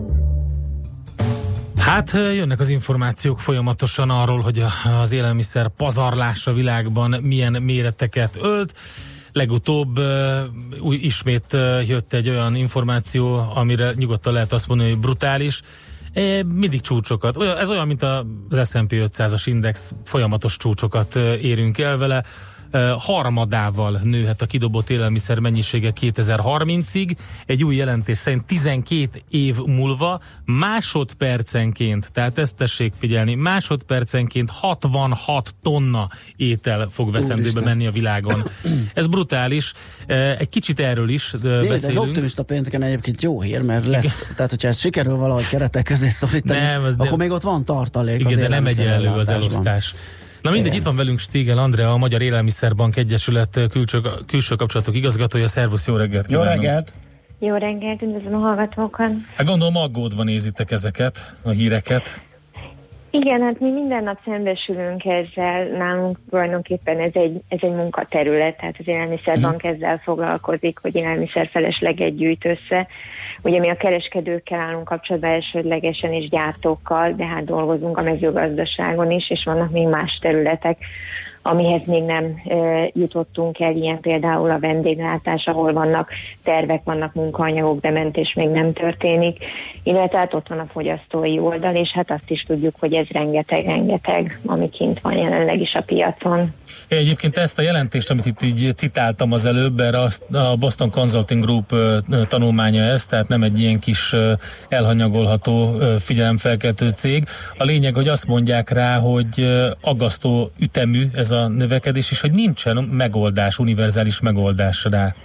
Hát jönnek az információk folyamatosan arról, hogy az élelmiszer pazarlás a világban milyen méreteket ölt. Legutóbb ismét jött egy olyan információ, amire nyugodtan lehet azt mondani, hogy brutális. Mindig csúcsokat. Ez olyan, mint az S&P 500-as index, folyamatos csúcsokat érünk el vele. Harmadával nőhet a kidobott élelmiszer mennyisége 2030-ig. Egy új jelentés szerint 12 év múlva másodpercenként, tehát ezt tessék figyelni, másodpercenként 66 tonna étel fog veszendőbe menni a világon. Ez brutális. Egy kicsit erről is beszélünk. Ez optimista pénteken egyébként jó hír, mert lesz, tehát hogyha ez sikerül valahogy keretek közé szorítani, akkor még ott van tartalék. Igen, de nem egyenlő az elosztás. Na mindegy, itt van velünk Stigl Andrea, a Magyar Élelmiszerbank Egyesület külső kapcsolatok igazgatója. Szervusz, jó reggelt kívánunk! Jó reggelt! Jó reggelt, üdvözlöm a hallgatókat! Hát gondolom aggódva nézitek ezeket, a híreket. Igen, hát mi minden nap szembesülünk ezzel, nálunk tulajdonképpen ez egy munkaterület, tehát az élelmiszerbank ezzel foglalkozik, hogy élelmiszerfelesleget gyűjt össze. Ugye mi a kereskedőkkel állunk kapcsolatban elsődlegesen és gyártókkal, de hát dolgozunk a mezőgazdaságon is, és vannak még más területek, amihez még nem jutottunk el, ilyen például a vendéglátás, ahol vannak tervek, vannak munkaanyagok, de mentés még nem történik, illetve hát ott van a fogyasztói oldal, és hát azt is tudjuk, hogy ez rengeteg, ami kint van jelenleg is a piacon. Egyébként ezt a jelentést, amit itt így citáltam az előbb, erre a Boston Consulting Group tanulmánya ez, tehát nem egy ilyen kis elhanyagolható figyelemfelkeltő cég. A lényeg, hogy azt mondják rá, hogy aggasztó ütemű ez a növekedés, és hogy nincsen megoldás, univerzális megoldás rá.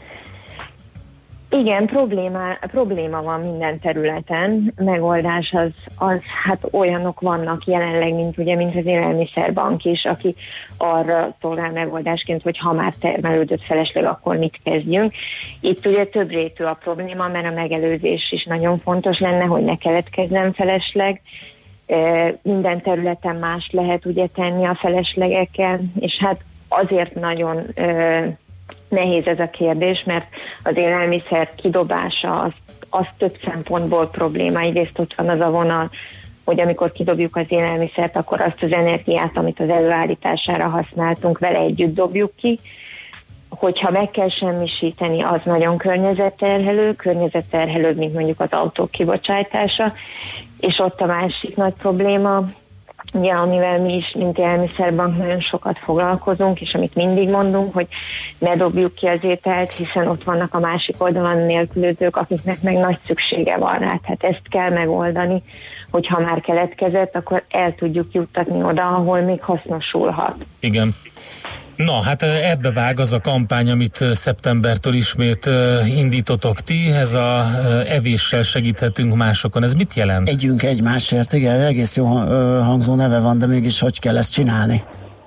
Igen, probléma van minden területen, megoldás az hát olyanok vannak jelenleg, mint az élelmiszerbank is, aki arra szolgál megoldásként, hogy ha már termelődött felesleg, akkor mit kezdjünk. Itt ugye több rétű a probléma, mert a megelőzés is nagyon fontos lenne, hogy ne keletkezzen felesleg. Minden területen más lehet ugye tenni a feleslegekkel, és hát azért nagyon nehéz ez a kérdés, mert az élelmiszer kidobása az több szempontból probléma. Egyrészt ott van az a vonal, hogy amikor kidobjuk az élelmiszert, akkor azt az energiát, amit az előállítására használtunk, vele együtt dobjuk ki. Hogyha meg kell semmisíteni, az nagyon környezetterhelő, mint mondjuk az autók kibocsátása, és ott a másik nagy probléma, ugye, amivel mi is, mint élelmiszerbank nagyon sokat foglalkozunk, és amit mindig mondunk, hogy ne dobjuk ki az ételt, hiszen ott vannak a másik oldalon nélkülözők, akiknek meg nagy szüksége van rá. Tehát ezt kell megoldani, hogy ha már keletkezett, akkor el tudjuk juttatni oda, ahol még hasznosulhat. Igen. Na, hát ebbe vág az a kampány, amit szeptembertől ismét indítotok ti, ez a evéssel segíthetünk másokon. Ez mit jelent? Együnk egymásért, igen, egész jó hangzó neve van, de mégis hogy kell ezt csinálni?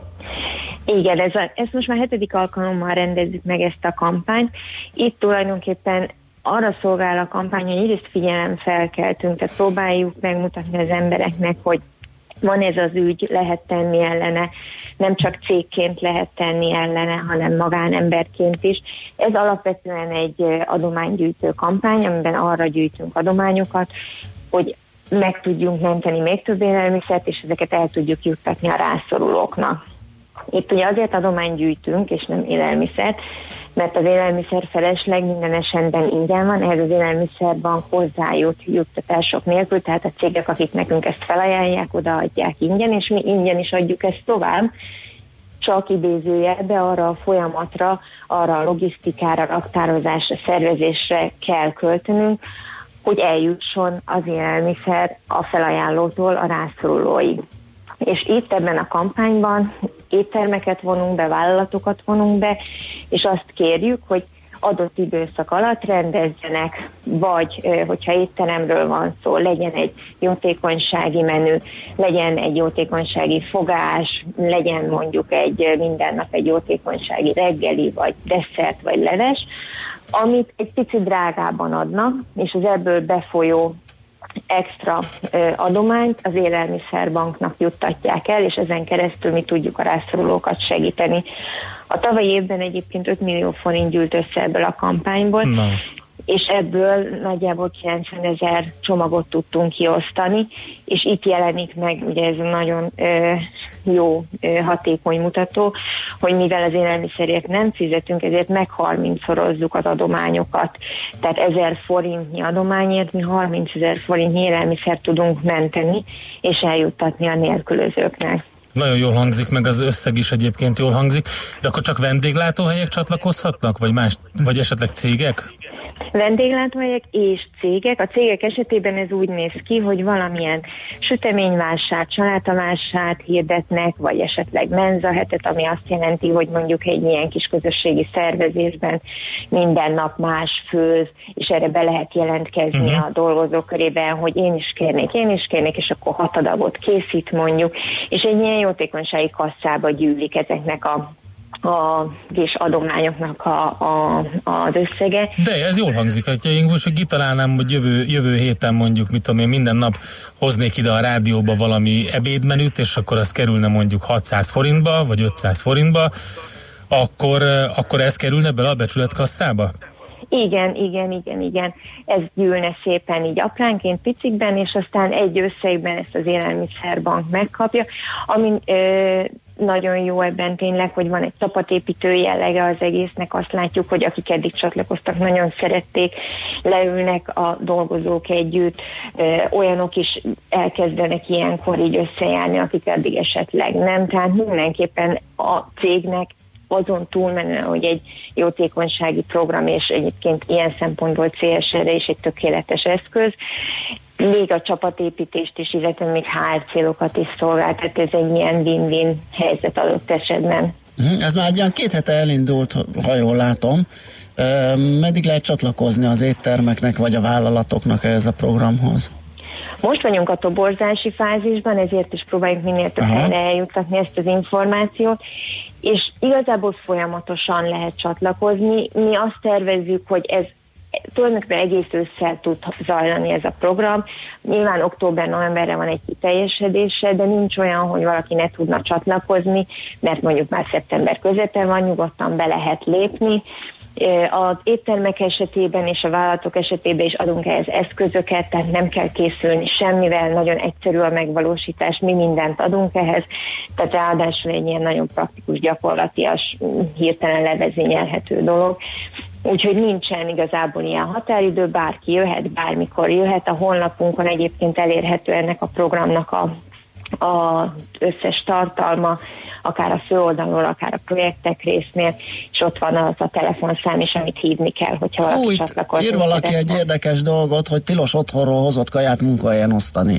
Igen, ezt most már 7. alkalommal rendezzük meg ezt a kampányt. Itt tulajdonképpen arra szolgál a kampány, hogy egyrészt figyelemfelkeltünk, tehát próbáljuk megmutatni az embereknek, hogy van ez az ügy, lehet tenni ellene, nem csak cégként lehet tenni ellene, hanem magánemberként is. Ez alapvetően egy adománygyűjtő kampány, amiben arra gyűjtünk adományokat, hogy meg tudjunk menteni még több élelmiszert, és ezeket el tudjuk juttatni a rászorulóknak. Itt ugye azért adományt gyűjtünk, és nem élelmiszert, mert az élelmiszer felesleg minden esetben ingyen van, ehhez az élelmiszerbank hozzájut juttatások nélkül, tehát a cégek, akik nekünk ezt felajánlják, odaadják ingyen, és mi ingyen is adjuk ezt tovább, csak idézőjelbe arra a folyamatra, arra a logisztikára, raktározásra, szervezésre kell költenünk, hogy eljusson az élelmiszer a felajánlótól a rászorulóig. És itt ebben a kampányban éttermeket vonunk be, vállalatokat vonunk be, és azt kérjük, hogy adott időszak alatt rendezzenek, vagy hogyha étteremről van szó, legyen egy jótékonysági menü, legyen egy jótékonysági fogás, legyen mondjuk minden nap egy jótékonysági reggeli, vagy desszert, vagy leves, amit egy picit drágában adnak, és az ebből befolyó extra adományt az élelmiszerbanknak juttatják el, és ezen keresztül mi tudjuk a rászorulókat segíteni. A tavalyi évben egyébként 5 millió forint gyűlt össze ebből a kampányból, és ebből nagyjából 90 000 csomagot tudtunk kiosztani, és itt jelenik meg, ugye ez a nagyon jó, hatékony mutató, hogy mivel az élelmiszerért nem fizetünk, ezért meg 30-szorozzuk az adományokat. Tehát 1000 forintnyi adományért mi 30 000 forintnyi élelmiszert tudunk menteni, és eljuttatni a nélkülözőknek. Nagyon jól hangzik, meg az összeg is egyébként jól hangzik, de akkor csak vendéglátóhelyek csatlakozhatnak, vagy más, vagy esetleg cégek? Vendéglátóhelyek és cégek. A cégek esetében ez úgy néz ki, hogy valamilyen süteményvásárt, salátavásárt hirdetnek, vagy esetleg menzahetet, ami azt jelenti, hogy mondjuk egy ilyen kis közösségi szervezésben minden nap más főz, és erre be lehet jelentkezni a dolgozók körében, hogy én is kérnék, és akkor 6 adagot készít mondjuk, és egy ilyen jótékonysági kasszába gyűlik ezeknek a kis adományoknak az összege. De ez jól hangzik, hogy én most kitalálnám, hogy jövő héten mondjuk, mit tudom én, minden nap hoznék ide a rádióba valami ebédmenüt, és akkor az kerülne mondjuk 600 forintba, vagy 500 forintba, akkor ez kerülne bele a becsületkasszába? Igen. Ez gyűlne szépen így apránként, picikben, és aztán egy összegben ezt az élelmiszerbank megkapja, ami nagyon jó ebben tényleg, hogy van egy csapatépítő jellege az egésznek, azt látjuk, hogy akik eddig csatlakoztak, nagyon szerették, leülnek a dolgozók együtt, olyanok is elkezdenek ilyenkor így összejárni, akik eddig esetleg nem, tehát mindenképpen a cégnek azon túlmenően, hogy egy jótékonysági program, és egyébként ilyen szempontból CSR-re is egy tökéletes eszköz, még a csapatépítést is, illetve még HR célokat is szolgál, tehát ez egy ilyen win-win helyzet adott esetben. Ez már egy olyan 2 hete elindult, ha jól látom. Meddig lehet csatlakozni az éttermeknek vagy a vállalatoknak ehhez a programhoz? Most vagyunk a toborzási fázisban, ezért is próbáljuk minél több helyre eljuttatni ezt az információt, és igazából folyamatosan lehet csatlakozni. Mi azt tervezzük, hogy ez tulajdonképpen egész ősszel tud zajlani ez a program. Nyilván október-novemberre van egy kiteljesedése, de nincs olyan, hogy valaki ne tudna csatlakozni, mert mondjuk már szeptember közepén van, nyugodtan be lehet lépni. Az éttermek esetében és a vállalatok esetében is adunk ehhez eszközöket, tehát nem kell készülni semmivel, nagyon egyszerű a megvalósítás, mi mindent adunk ehhez, tehát ráadásul egy ilyen nagyon praktikus, gyakorlatias, hirtelen levezényelhető dolog. Úgyhogy nincsen igazából ilyen határidő, bárki jöhet, bármikor jöhet. A honlapunkon egyébként elérhető ennek a programnak az összes tartalma, akár a főoldalról, akár a projektek résznél, és ott van az a telefonszám is, amit hívni kell, hogyha valaki csatlakozni. Ír valaki egy érdekes dolgot, hogy tilos otthonról hozott kaját munkahelyen osztani.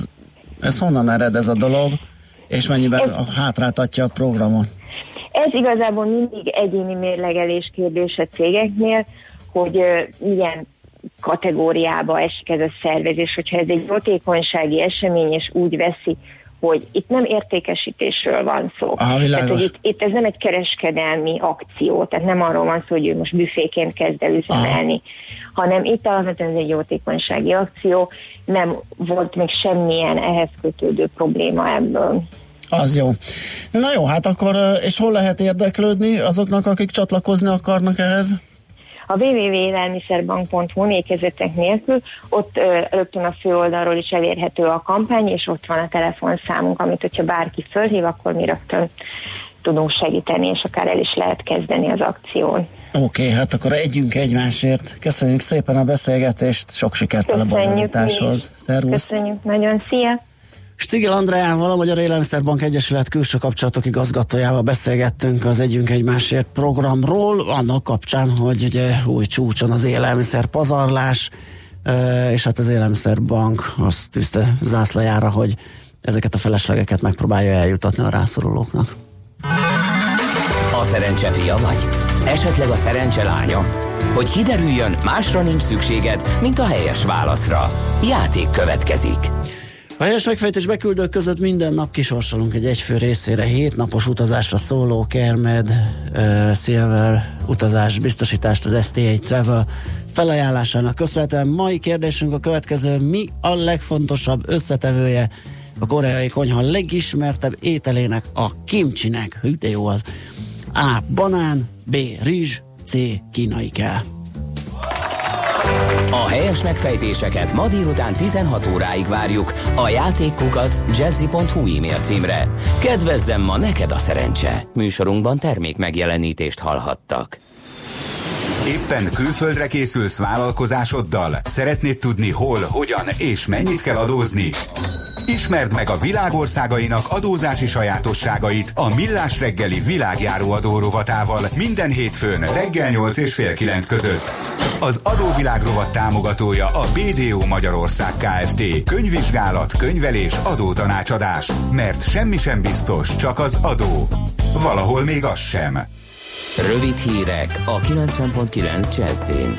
Ez honnan ered ez a dolog, és mennyiben hátráltatja a programot? Ez igazából mindig egyéni mérlegelés kérdése cégeknél, hogy milyen kategóriába esik ez a szervezés, hogyha ez egy jótékonysági esemény, és úgy veszi, hogy itt nem értékesítésről van szó. Tehát, hogy itt ez nem egy kereskedelmi akció, tehát nem arról van szó, hogy ő most büféként kezd el üzemelni, hanem itt alapvetően ez egy jótékonysági akció, nem volt még semmilyen ehhez kötődő probléma ebből. Az jó. Na jó, hát akkor, és hol lehet érdeklődni azoknak, akik csatlakozni akarnak ehhez? A www.élelmiszerbank.hu ékezetek nélkül, ott rögtön a főoldalról is elérhető a kampány, és ott van a telefonszámunk, amit hogyha bárki fölhív, akkor mi rögtön tudunk segíteni, és akár el is lehet kezdeni az akción. Oké, hát akkor együnk egymásért. Köszönjük szépen a beszélgetést, sok sikert a bonyolításhoz. Szervusz! Köszönjük nagyon, szia! Cigel Andreával, a Magyar Élelmiszerbank Egyesület külső kapcsolatok igazgatójával beszélgettünk az Együnk Egymásért programról, annak kapcsán, hogy ugye új csúcson az élelmiszer pazarlás, és hát az Élelmiszerbank azt tűzte zászlajára, hogy ezeket a feleslegeket megpróbálja eljutatni a rászorulóknak. A szerencse fia vagy? Esetleg a szerencse lánya? Hogy kiderüljön, másra nincs szükséged, mint a helyes válaszra. Játék következik. A helyes megfejtés beküldők között minden nap kisorsolunk egy egyfő részére 7 napos utazásra szóló Kermed Silver utazás biztosítást az STA Travel felajánlásának köszönhetően. Mai kérdésünk a következő: mi a legfontosabb összetevője a koreai konyha legismertebb ételének, a kimcsinek? Hű, de jó az. A. Banán, B. Rizs, C. Kínai kell. A helyes megfejtéseket ma délután 16 óráig várjuk a játékkukac jazzy.hu e-mail címre. Kedvezzem ma neked a szerencse! Műsorunkban termék megjelenítést hallhattak. Éppen külföldre készülsz vállalkozásoddal? Szeretnéd tudni hol, hogyan és mennyit kell adózni? Ismerd meg a világországainak adózási sajátosságait a Millás reggeli világjáró adó rovatával minden hétfőn reggel 8 és fél 9 között. Az adóvilág rovat támogatója a BDO Magyarország Kft. Könyvvizsgálat, könyvelés, adótanácsadás. Mert semmi sem biztos, csak az adó. Valahol még az sem. Rövid hírek a 90.9 Jazzin.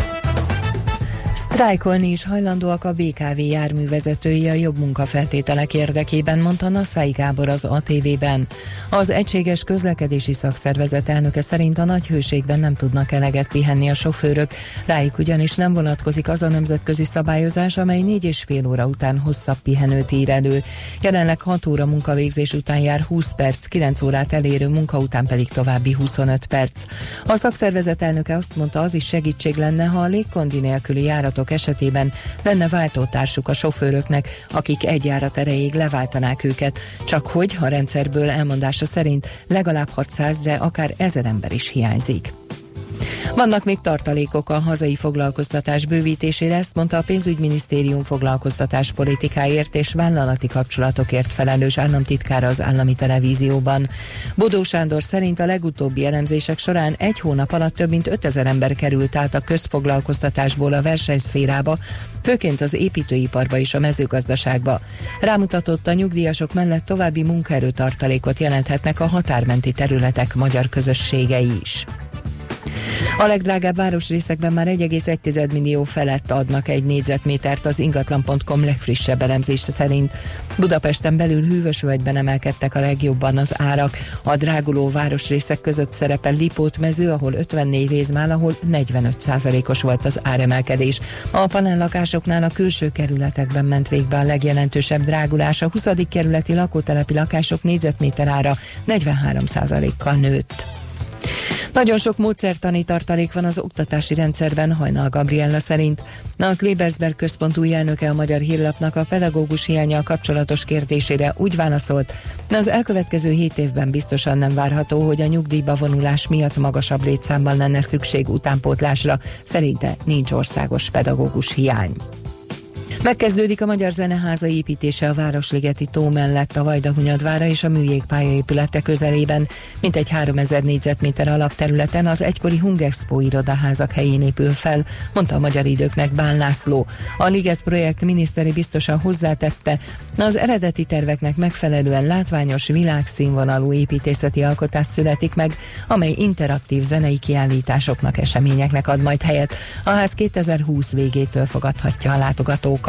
Sztrájkolni is hajlandóak a BKV járművezetői a jobb munkafeltételek érdekében, mondta Nasszai Gábor az ATV-ben. Az Egységes Közlekedési Szakszervezet elnöke szerint a nagy hőségben nem tudnak eleget pihenni a sofőrök, rájuk ugyanis nem vonatkozik az a nemzetközi szabályozás, amely 4,5 óra után hosszabb pihenőt ír elő. Jelenleg 6 óra munkavégzés után jár 20 perc, 9 órát elérő munka után pedig további 25 perc. A szakszervezet elnöke azt mondta, az is segítség lenne, ha a légkondi nélküli járatok esetében lenne váltótársuk a sofőröknek, akik egy járat erejéig leváltanák őket, csak hogy a rendszerből elmondása szerint legalább 600, de akár 1000 ember is hiányzik. Vannak még tartalékok a hazai foglalkoztatás bővítésére, ezt mondta a pénzügyminisztérium foglalkoztatás politikáért és vállalati kapcsolatokért felelős államtitkára az állami televízióban. Bodó Sándor szerint a legutóbbi elemzések során egy hónap alatt több mint 5000 ember került át a közfoglalkoztatásból a versenyszférába, főként az építőiparba és a mezőgazdaságba. Rámutatott, a nyugdíjasok mellett további munkaerőtartalékot jelenthetnek a határmenti területek magyar közösségei is. A legdrágább városrészekben már 1,1 millió felett adnak egy négyzetmétert az ingatlan.com legfrissebb elemzése szerint. Budapesten belül Hűvösvölgyben emelkedtek a legjobban az árak. A dráguló városrészek között szerepel Lipót-mező, ahol 54 részm áll, ahol 45%-os volt az áremelkedés. A panellakásoknál a külső kerületekben ment végbe a legjelentősebb drágulás. A 20. kerületi lakótelepi lakások négyzetméter ára 43%-kal nőtt. Nagyon sok módszertani tartalék van az oktatási rendszerben, Hajnal Gabriella szerint. A Klebersberg Központ új elnöke a Magyar Hírlapnak a pedagógus hiánnyal kapcsolatos kérdésére úgy válaszolt, az elkövetkező 7 évben biztosan nem várható, hogy a nyugdíjba vonulás miatt magasabb létszámban lenne szükség utánpótlásra, szerinte nincs országos pedagógus hiány. Megkezdődik a Magyar Zeneháza építése a Városligeti tó mellett a Vajdahunyadvára és a műjégpálya épülete közelében. Mintegy 3000 négyzetméter alapterületen az egykori Hungexpo irodaházak helyén épül fel, mondta a Magyar Időknek Bán László. A Liget projekt miniszteri biztosan hozzátette, az eredeti terveknek megfelelően látványos világszínvonalú építészeti alkotás születik meg, amely interaktív zenei kiállításoknak, eseményeknek ad majd helyet. A ház 2020 végétől fogadhatja a látogatókat.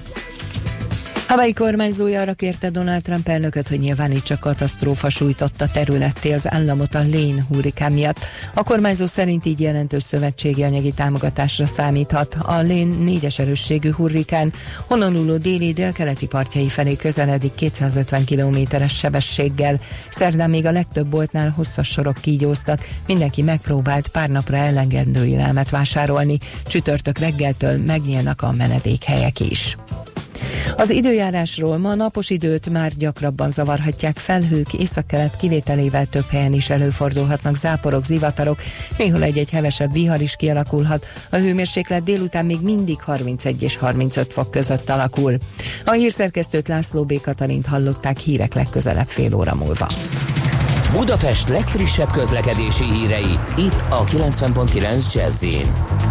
Hawaii kormányzója arra kérte Donald Trump elnököt, hogy nyilvánítsa katasztrófa sújtotta területté az államot a Lane hurrikán miatt. A kormányzó szerint így jelentős szövetségi anyagi támogatásra számíthat. A Lane 4-es erősségű hurrikán Honolulu déli délkeleti partjai felé közeledik 250 km/s sebességgel. Szerdán még a legtöbb boltnál hosszas sorok kígyóztak, mindenki megpróbált pár napra elengedő élelmet vásárolni. Csütörtök reggeltől megnyílnak a menedékhelyek is. Az időjárásról: ma napos időt már gyakrabban zavarhatják felhők, északkelet kivételével több helyen is előfordulhatnak záporok, zivatarok, néhol egy-egy hevesebb vihar is kialakulhat. A hőmérséklet délután még mindig 31 és 35 fok között alakul. A hírszerkesztőt, László B. Katalint hallották, hírek legközelebb fél óra múlva. Budapest legfrissebb közlekedési hírei, itt a 90.9 Jazz-in.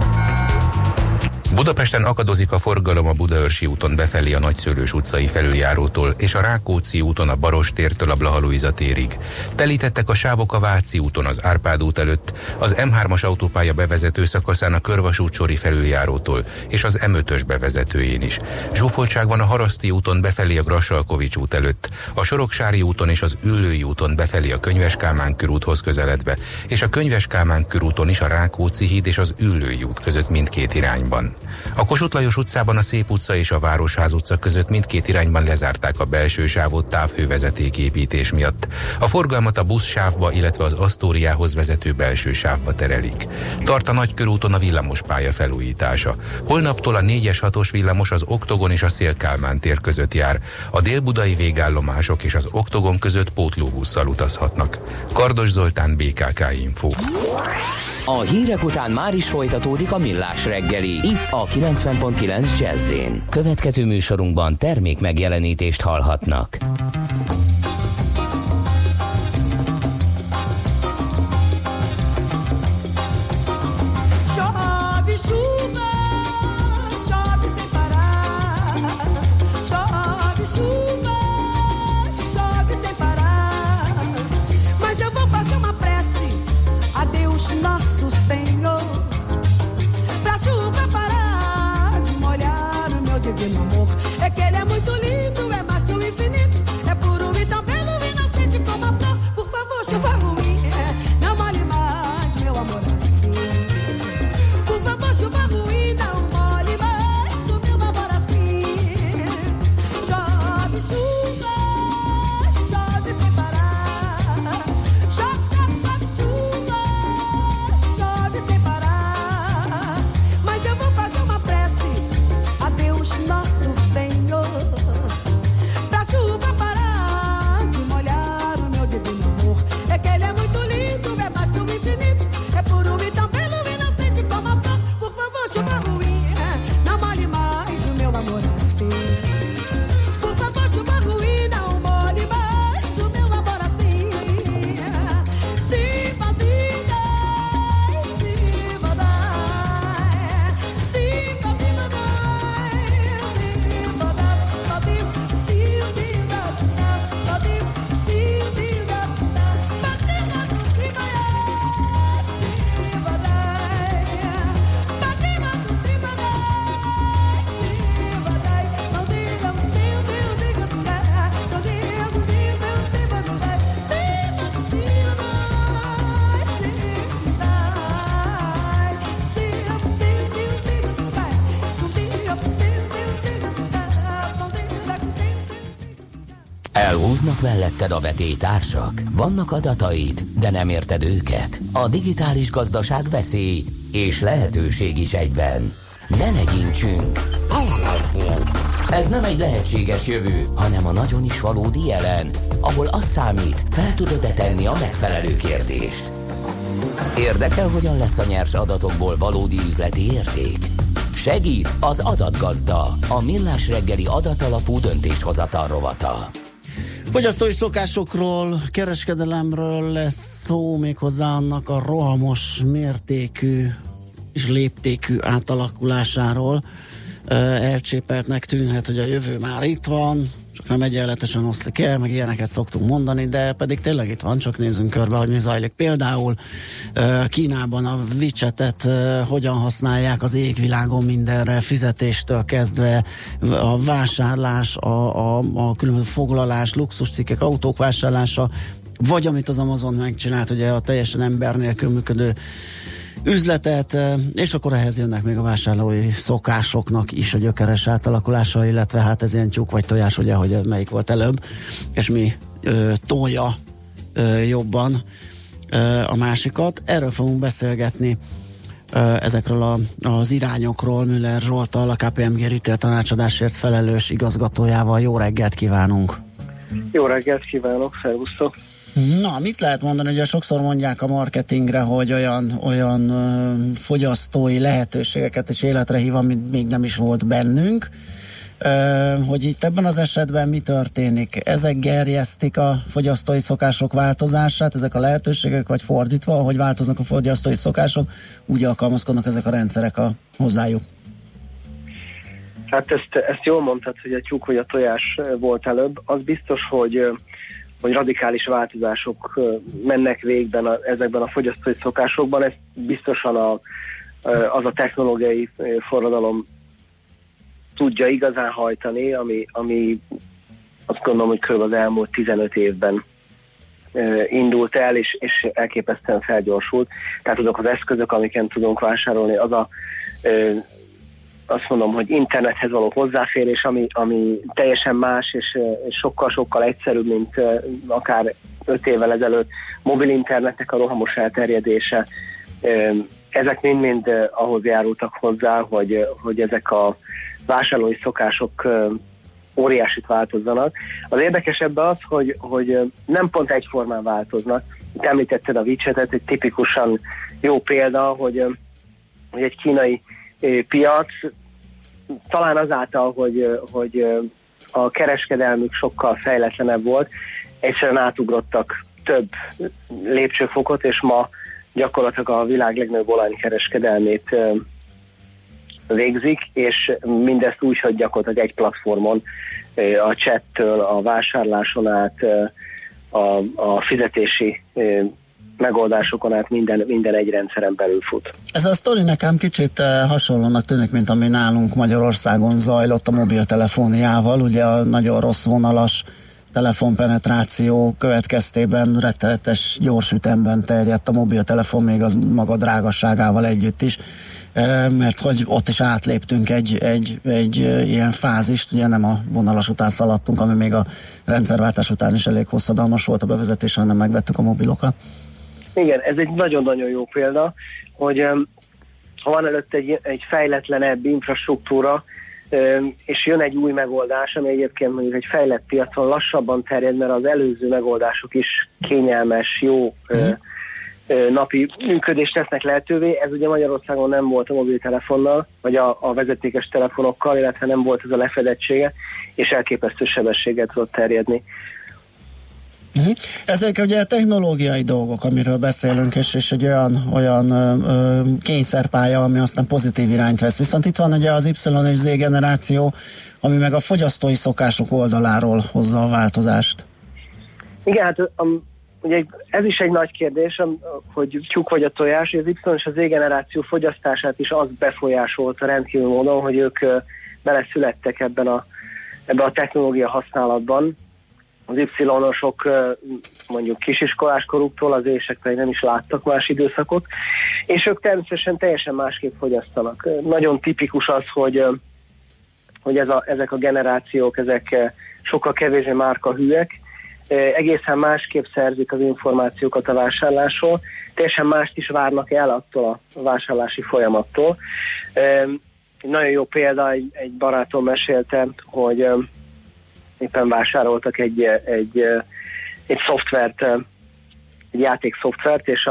Budapesten akadozik a forgalom a Budaörsi úton befelé a Nagyszőlős utcai felüljárótól és a Rákóczi úton a Barostértől a Blaha Lujza térig. Telítettek a sávok a Váci úton az Árpád út előtt, az M3-as autópálya bevezető szakaszán a Körvasút sori felüljárótól és az M5-ös bevezetőjén is. Zsúfoltság van a Haraszti úton befelé a Grassalkovics út előtt, a Soroksári úton és az Üllői úton befelé a Könyves Kálmán körúthoz közeledve, és a Könyves Kálmán körúton is a Rákóczi híd és az Üllői út között mindkét irányban. A Kossuth Lajos utcában a Szép utca és a Városház utca között mindkét irányban lezárták a belső sávot távhővezeték építés miatt. A forgalmat a buszsávba, illetve az Asztóriához vezető belső sávba terelik. Tart a Nagykörúton a villamospálya felújítása. Holnaptól a 4-es 6-os villamos az Oktogon és a Széll-Kálmán tér között jár. A délbudai végállomások és az Oktogon között pótlóbusszal utazhatnak. Kardos Zoltán, BKK Info. A hírek után már is folytatódik a Millás reggeli, itt a 90.9 Jazz-én. Következő műsorunkban termék megjelenítést hallhatnak. Elhúznak melletted a vetélytársak? Vannak adataid, de nem érted őket? A digitális gazdaság veszély és lehetőség is egyben. Ne legyintsünk! Elemezzünk! Ez nem egy lehetséges jövő, hanem a nagyon is valódi jelen, ahol az számít, fel tudod-e tenni a megfelelő kérdést. Érdekel, hogyan lesz a nyers adatokból valódi üzleti érték? Segít az adatgazda, a Millás reggeli adatalapú döntéshozatal rovata. Fogyasztói szokásokról, kereskedelemről lesz szó, méghozzá annak a rohamos mértékű és léptékű átalakulásáról. Elcsépeltnek tűnhet, hogy a jövő már itt van, csak nem egyenletesen oszlik el, meg ilyeneket szoktunk mondani, de pedig tényleg itt van, csak nézzünk körbe, hogy mi zajlik. Például Kínában a WeChat-et hogyan használják az égvilágon mindenre, fizetéstől kezdve a vásárlás, a különböző foglalás, luxuscikkek, autók vásárlása, vagy amit az Amazon megcsinált, ugye a teljesen ember nélkül működő üzletet, és akkor ehhez jönnek még a vásárlói szokásoknak is a gyökeres átalakulása, illetve hát ez ilyen tyúk vagy tojás, ugye, hogy melyik volt előbb, és mi tolja jobban a másikat. Erről fogunk beszélgetni, ezekről az irányokról Müller Zsolttal, a KPMG Retail tanácsadásért felelős igazgatójával. Jó reggelt kívánunk! Jó reggelt kívánok, szervusztok! Na, mit lehet mondani, hogy sokszor mondják a marketingre, hogy olyan fogyasztói lehetőségeket és életre hív, amit még nem is volt bennünk, hogy itt ebben az esetben mi történik? Ezek gerjesztik a fogyasztói szokások változását, ezek a lehetőségek, vagy fordítva, ahogy változnak a fogyasztói szokások, úgy alkalmazkodnak ezek a rendszerek hozzájuk? Hát ezt jól mondtad, hogy a tyúk vagy a tojás volt előbb. Az biztos, hogy radikális változások mennek végben ezekben a fogyasztói szokásokban. Ez biztosan az a technológiai forradalom tudja igazán hajtani, ami azt gondolom, hogy kb. Az elmúlt 15 évben indult el, és elképesztően felgyorsult. Tehát azok az eszközök, amiken tudunk vásárolni, azt mondom, hogy internethez való hozzáférés, ami teljesen más, és sokkal-sokkal egyszerűbb, mint akár 5 évvel ezelőtt, mobil internetnek a rohamos elterjedése. Ezek mind-mind ahhoz járultak hozzá, hogy ezek a vásárlói szokások óriásit változzanak. Az érdekesebb az, hogy nem pont egyformán változnak. említetted a WeChat-et, egy tipikusan jó példa, hogy egy kínai piac talán azáltal, hogy a kereskedelmük sokkal fejletlenebb volt, egyszerűen átugrottak több lépcsőfokot, és ma gyakorlatilag a világ legnagyobb online kereskedelmét végzik, és mindezt úgy, hogy gyakorlatilag egy platformon, a chattől, a vásárláson át, a fizetési megoldásokon át minden egy rendszeren belül fut. Ez a sztori nekem kicsit hasonlónak tűnik, mint ami nálunk Magyarországon zajlott a mobiltelefóniával, ugye a nagyon rossz vonalas telefonpenetráció következtében rettenetes gyors ütemben terjedt a mobiltelefon, még az maga drágasságával együtt is, mert hogy ott is átléptünk egy ilyen fázist, ugye nem a vonalas után szaladtunk, ami még a rendszerváltás után is elég hosszadalmas volt a bevezetés, hanem megvettük a mobilokat. Igen, ez egy nagyon-nagyon jó példa, hogy ha van előtt egy fejletlenebb infrastruktúra, és jön egy új megoldás, ami egyébként mondjuk egy fejlett piacon lassabban terjed, mert az előző megoldások is kényelmes, jó napi működést tesznek lehetővé. Ez ugye Magyarországon nem volt a mobiltelefonnal, vagy a vezetékes telefonokkal, illetve nem volt ez a lefedettsége, és elképesztő sebességgel tudott terjedni. Ezek ugye technológiai dolgok, amiről beszélünk, és egy olyan kényszerpálya, ami aztán pozitív irányt vesz. Viszont itt van ugye az Y és Z generáció, ami meg a fogyasztói szokások oldaláról hozza a változást. Igen, hát ugye ez is egy nagy kérdés, hogy tyúk vagy a tojás, hogy az Y és az Z generáció fogyasztását is az befolyásolta rendkívül módon, hogy ők beleszülettek ebben a technológia használatban. Az Y-osok mondjuk kisiskolás koruktól, az Z-esek pedig nem is láttak más időszakot, és ők természetesen teljesen másképp fogyasztanak. Nagyon tipikus az, hogy ezek a generációk, ezek sokkal kevésbé márkahűek, egészen másképp szerzik az információkat a vásárlásról, teljesen mást is várnak el attól a vásárlási folyamattól. Egy nagyon jó példa, egy barátom mesélte, hogy éppen vásároltak egy szoftvert, egy játékszoftvert, és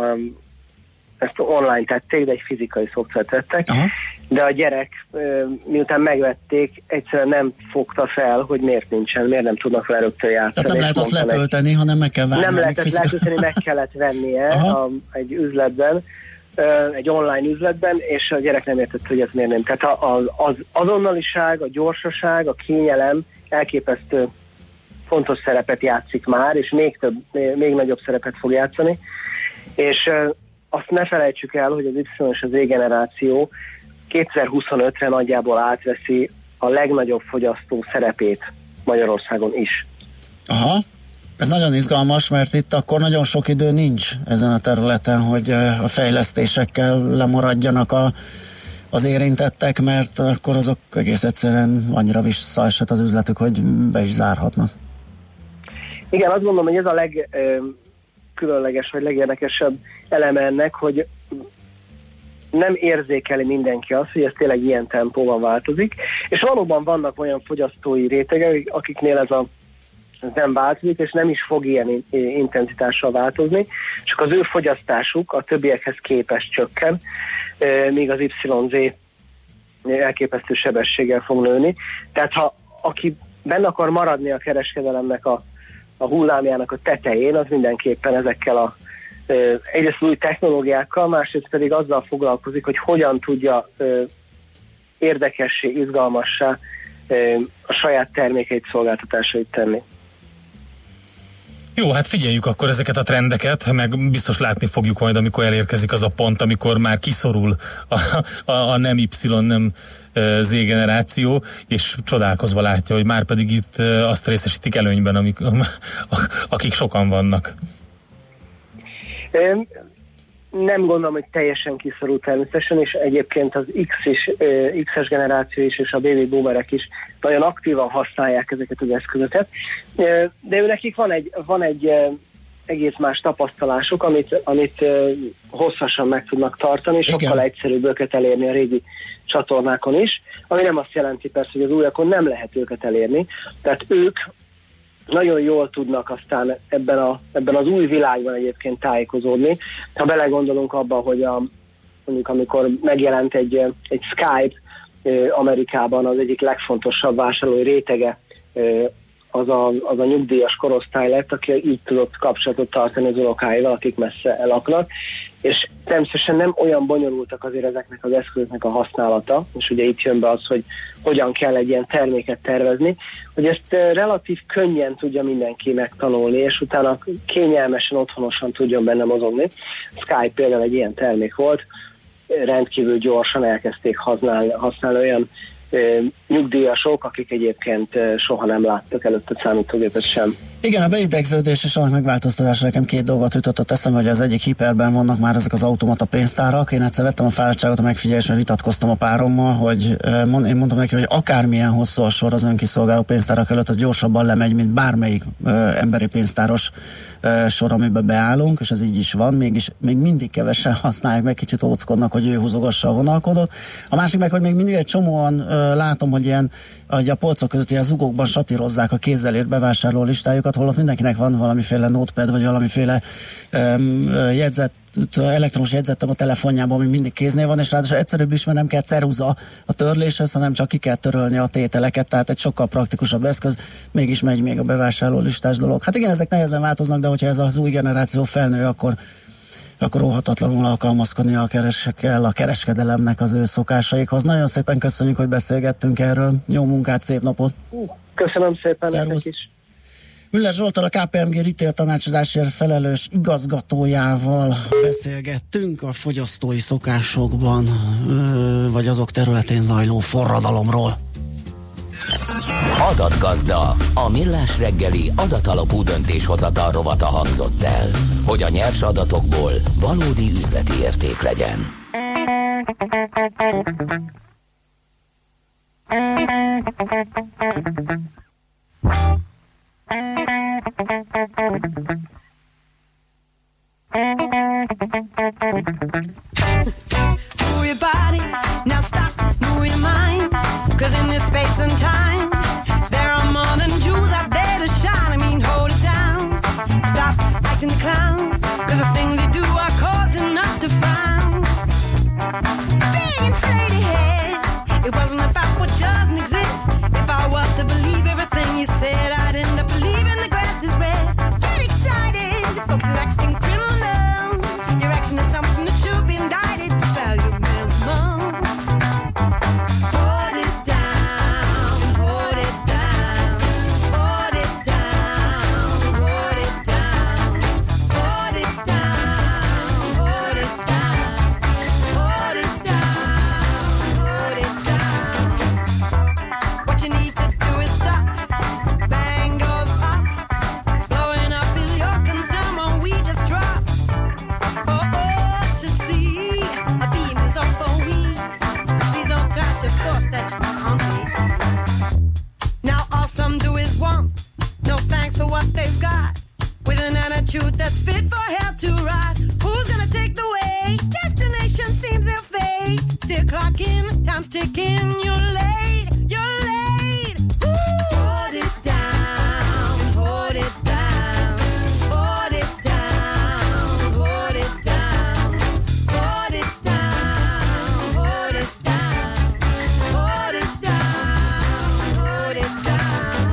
ezt online tették, de egy fizikai szoftvert tettek. Aha. De a gyerek, miután megvették, egyszerűen nem fogta fel, hogy miért nem tudnak vele rögtön játszani. Tehát nem lehet azt letölteni, hanem meg kell várni. Nem lehetett letölteni, meg kellett vennie egy üzletben, egy online üzletben, és a gyerek nem értett, hogy ez miért nem. Tehát az azonnaliság, a gyorsaság, a kényelem elképesztő fontos szerepet játszik már, és még nagyobb szerepet fog játszani. És azt ne felejtsük el, hogy az Y és az Z generáció 2025-re nagyjából átveszi a legnagyobb fogyasztó szerepét Magyarországon is. Aha, ez nagyon izgalmas, mert itt akkor nagyon sok idő nincs ezen a területen, hogy a fejlesztésekkel lemaradjanak az érintettek, mert akkor azok egész egyszerűen annyira visszaesett az üzletük, hogy be is zárhatnak. Igen, azt gondolom, hogy ez a legkülönleges, vagy legérdekesebb eleme ennek, hogy nem érzékeli mindenki azt, hogy ez tényleg ilyen tempóban változik, és valóban vannak olyan fogyasztói rétegek, akiknél ez nem változik, és nem is fog ilyen intenzitással változni, csak az ő fogyasztásuk a többiekhez képest csökken, míg az YZ elképesztő sebességgel fog nőni. Tehát aki benne akar maradni a kereskedelemnek a hullámjának a tetején, az mindenképpen ezekkel egyrészt új technológiákkal, másrészt pedig azzal foglalkozik, hogy hogyan tudja érdekessé, izgalmassá a saját termékeit, szolgáltatásait tenni. Jó, hát figyeljük akkor ezeket a trendeket, meg biztos látni fogjuk majd, amikor elérkezik az a pont, amikor már kiszorul a nem Y, nem Z generáció, és csodálkozva látja, hogy már pedig itt azt részesítik előnyben, akik sokan vannak. Nem gondolom, hogy teljesen kiszorult természetesen, és egyébként az X-es generáció is, és a baby boomerek is nagyon aktívan használják ezeket az eszközöket. De nekik van egy egész más tapasztalásuk, amit hosszasan meg tudnak tartani, és sokkal egyszerűbb őket elérni a régi csatornákon is, ami nem azt jelenti persze, hogy az újakon nem lehet őket elérni. Tehát ők nagyon jól tudnak aztán ebben az új világban egyébként tájékozódni. Ha belegondolunk abba, hogy mondjuk amikor megjelent egy Skype Amerikában, az egyik legfontosabb vásárlói rétege az a nyugdíjas korosztály lett, aki így tudott kapcsolatot tartani az unokáival, akik messze laknak, és természetesen nem olyan bonyolultak azért ezeknek az eszközöknek a használata, és ugye itt jön be az, hogy hogyan kell egy ilyen terméket tervezni, hogy ezt relatív könnyen tudja mindenki megtanulni, és utána kényelmesen, otthonosan tudjon benne mozogni. Skype például egy ilyen termék volt, rendkívül gyorsan elkezdték használni olyan nyugdíjasok, akik egyébként soha nem láttak előtte számítógépet sem. Igen, a beidegződés és a megváltoztatás nekem két dolgot jutott eszembe, hogy az egyik hiperben vannak már ezek az automata pénztárak. Én egyszer vettem a fáradtságot, a megfigyelést, mert vitatkoztam a párommal, hogy én mondtam neki, hogy akármilyen hosszú a sor az önkiszolgáló pénztárak előtt, az gyorsabban lemegy, mint bármelyik emberi pénztáros sor, amiben beállunk, és ez így is van, még mindig kevesen használják, meg kicsit óckodnak, hogy ő húzogassa a vonalkodót. A másik meg, hogy még mindig egy csomóan látom, hogy ilyen a polcok között ilyen zugokban satírozzák a kézzel ért bevásárló listájukat, holott mindenkinek van valamiféle notepad, vagy valamiféle elektronos jegyzettem a telefonjában, ami mindig kéznél van, és ráadásul egyszerűbb is, mert nem kell ceruza a törléshez, hanem csak ki kell törölni a tételeket, tehát egy sokkal praktikusabb eszköz, mégis megy még a bevásárló listás dolog. Hát igen, ezek nehezen változnak, de hogyha ez az új generáció felnő, akkor óhatatlanul alkalmazkodnia kell a kereskedelemnek az ő szokásaikhoz. Nagyon szépen köszönjük, hogy beszélgettünk erről. Jó munkát, szép napot! Köszönöm szépen nektek is! Müller Zsolttal, a KPMG Retail tanácsadásért felelős igazgatójával beszélgettünk a fogyasztói szokásokban, vagy azok területén zajló forradalomról. Adatgazda, a Millás reggeli adatalapú döntéshozatal rovata hangzott el, hogy a nyers adatokból valódi üzleti érték legyen. Move your body, now stop, move your mind, 'cause in this space and time, there are more than Jews out there to shine. I mean, hold it down, stop acting the clown, 'cause the things you do are causing us to frown. Big inflated head, it wasn't about what doesn't exist. If I was to believe everything you said, I'd end up believing the grass is red. Get excited, folks is acting criminal. Your action is something that should be indicted. Value minimum. Hold it down, hold it down, hold it down, hold it down, hold it down, hold it down, hold it down, hold it down. What you need to do is stop. Bang goes up. Blowing up is your concern when we just drop. Oh, to see a beam is all for we. Please don't try to force that on me. Now all some do is want. No thanks for what they've got. With an attitude that's fit for hell to ride. Who's gonna take the way? Destination seems ill fate. Still clocking, time's ticking. You're late, you're late. Hold it down, hold it down, hold it down, hold it down, hold it down, hold it down, hold it down, hold it down.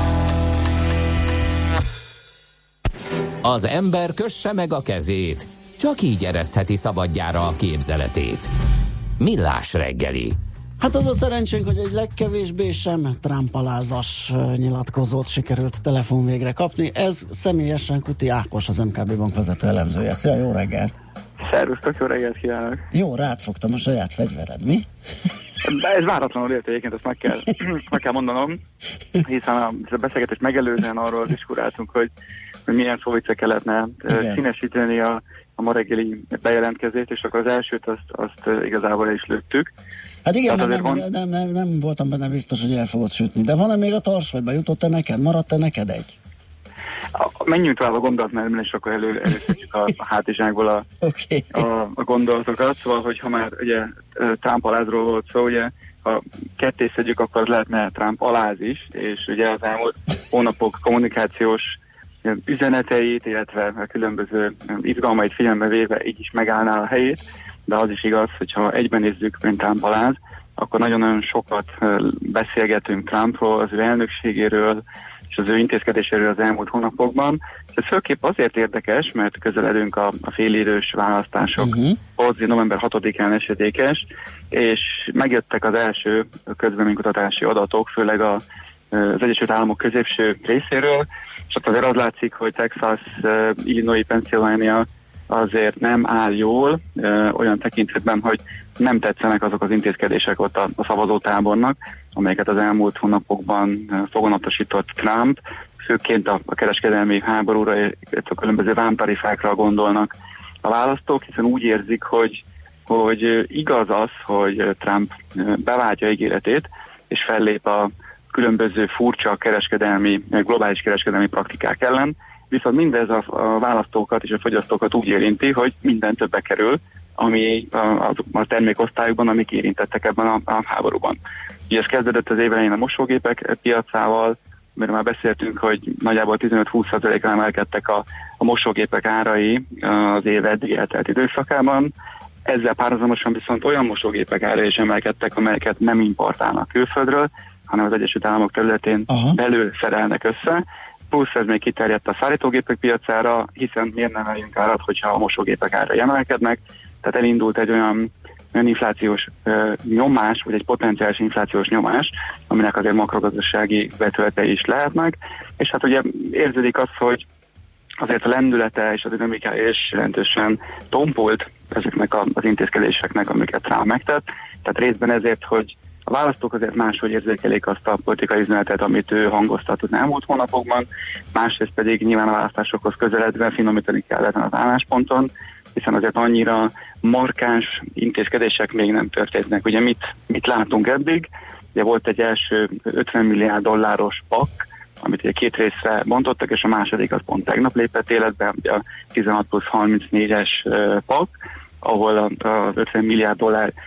Az ember kösse meg a kezét, Csak így eresztheti szabadjára a képzeletét. Millás reggeli. Hát az a szerencsénk, hogy egy legkevésbé sem Trump-alázas nyilatkozót sikerült telefon végre kapni. Ez személyesen Kuti Ákos, az MKB Bank vezető elemzője. Szia, jó reggelt! Szervusztok, jó reggelt kívánok! Jó, rád fogtam a saját fegyvered, mi? Ez váratlanul ért egyébként, ezt meg kell mondanom, hiszen a beszélgetést megelőzően arról diskuráltunk, hogy milyen szóviccekkel lehetne színesíteni a ma reggeli bejelentkezést, és akkor az elsőt azt igazából is lőttük. Hát igen, nem voltam benne biztos, hogy el fogod sütni, de van-e még a tarsvagyba? Jutott-e neked? Maradt-e neked egy? Menjünk tovább a gondolatmenetben, és akkor előszedjük a hátizsákból a gondolatokat. Szóval, hogyha már ugye Trump alázról volt szó, ugye ha ketté szedjük, akkor az lehetne Trump aláz is, és ugye az elmúlt hónapok kommunikációs üzeneteit, illetve a különböző izgalmait figyelembe véve így is megállná a helyét, de az is igaz, hogyha egyben nézzük, mint Trump aláz, akkor nagyon-nagyon sokat beszélgetünk Trumpról, az ő elnökségéről, és az ő intézkedéséről az elmúlt hónapokban. Ez főképp azért érdekes, mert közeledünk a félidős választásokhoz, november 6-án esedékes, és megjöttek az első közvéleménykutatási adatok, főleg az Egyesült Államok középső részéről, és ott azért az látszik, hogy Texas, Illinois, Pennsylvania azért nem áll jól, olyan tekintetben, hogy nem tetszenek azok az intézkedések ott a szavazótábornak, amelyeket az elmúlt hónapokban foganatosított Trump, főként a kereskedelmi háborúra, a különböző vámtarifákra gondolnak a választók, hiszen úgy érzik, hogy igaz az, hogy Trump beváltja ígéretét, és fellép a különböző furcsa globális kereskedelmi praktikák ellen, viszont mindez a választókat és a fogyasztókat úgy érinti, hogy minden többe kerül, ami a termékosztályokban, amik érintettek ebben a háborúban. Ugye ez kezdődött az év elején a mosógépek piacával, mert már beszéltünk, hogy nagyjából 15-20%-kal emelkedtek a mosógépek árai az év eddig eltelt időszakában. Ezzel párhuzamosan viszont olyan mosógépek árai is emelkedtek, amelyeket nem importálnak külföldről, hanem az Egyesült Államok területén belül szerelnek össze. Plusz ez még kiterjedt a szállítógépek piacára, hiszen miért nem emeljünk árat, hogyha a mosógépek árai emelkednek. Tehát elindult egy olyan inflációs nyomás, vagy egy potenciális inflációs nyomás, aminek azért makrogazdasági vetületei is lehetnek. És hát ugye érződik az, hogy azért a lendülete és a dinamikája is jelentősen tompult ezeknek az intézkedéseknek, amiket Trump megtett. Tehát részben ezért, hogy a választók azért máshogy érzékelik azt a politikai üzenetet, amit ő hangoztat az elmúlt hónapokban, másrészt pedig nyilván a választásokhoz közeledve finomítani kell ezen az állásponton, hiszen azért annyira markáns intézkedések még nem történnek. Ugye mit látunk eddig? Ugye volt egy első $50 milliárd pak, amit ugye két részre bontottak, és a második az pont tegnap lépett életbe, ugye a 16+34-es pak, ahol az $50 milliárd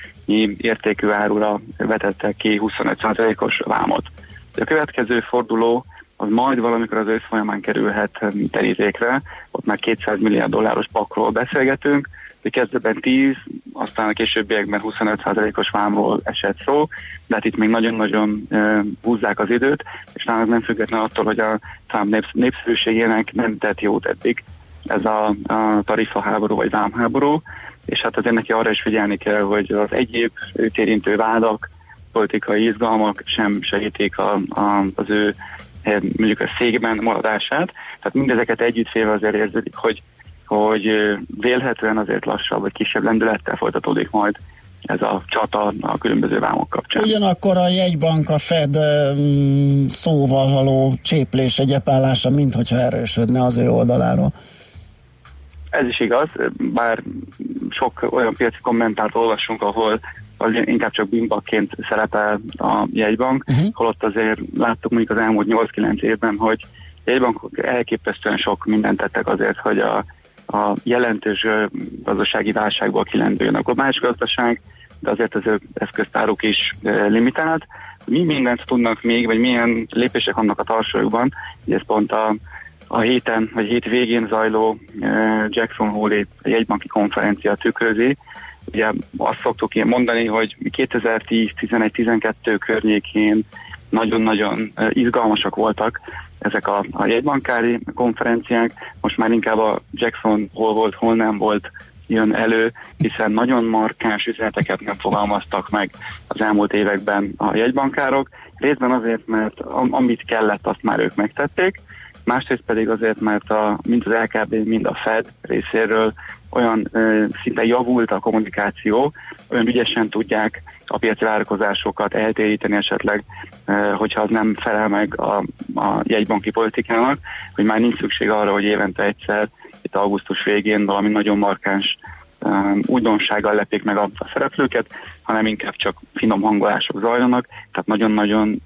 értékű árura vetettek ki 25%-os vámot. A következő forduló az majd valamikor az ősz folyamán kerülhet terítékre, ott már $200 milliárd pakról beszélgetünk, de kezdetben 10, aztán a későbbiekben 25%-os vámról esett szó, de hát itt még nagyon-nagyon húzzák az időt, és nálunk nem független attól, hogy a Trump népszerűségének nem tett jót eddig ez a tarifaháború vagy vámháború, és hát azért neki arra is figyelni kell, hogy az egyéb őt érintő vádak, politikai izgalmak sem segítik az ő mondjuk a székben maradását. Tehát mindezeket együttvéve azért érződik, hogy vélhetően azért lassabb vagy kisebb lendülettel folytatódik majd ez a csata a különböző vámok kapcsán. Ugyanakkor a jegybank, a Fed szóval való cséplés, egyepállása, minthogyha erősödne az ő oldaláról. Ez is igaz, bár sok olyan piaci kommentárt olvasunk, ahol inkább csak bimbakként szerepel a jegybank, holott azért láttuk mondjuk az elmúlt 8-9 évben, hogy a jegybankok elképesztően sok mindent tettek azért, hogy a jelentős gazdasági válságból kilendüljön a globális gazdaság, de azért az ő eszköztáruk is limitált. Mi mindent tudnak még, vagy milyen lépések vannak a tarsolyukban, hogy ez pont a héten, vagy hét végén zajló Jackson Hole-i jegybanki konferencia tükrözi. Ugye azt szoktuk mondani, hogy 2010, 11, 12 környékén nagyon-nagyon izgalmasak voltak ezek a jegybankári konferenciák. Most már inkább a Jackson hol volt, hol nem volt jön elő, hiszen nagyon markáns üzeneteket nem fogalmaztak meg az elmúlt években a jegybankárok. Részben azért, mert amit kellett, azt már ők megtették, másrészt pedig azért, mert mind az LKB, mind a Fed részéről olyan szinte javult a kommunikáció, olyan ügyesen tudják a piaci várakozásokat eltéríteni esetleg, hogyha az nem felel meg a jegybanki politikának, hogy már nincs szükség arra, hogy évente egyszer, itt augusztus végén valami nagyon markáns újdonsággal lepik meg a szereplőket, hanem inkább csak finom hangolások zajlanak, tehát nagyon-nagyon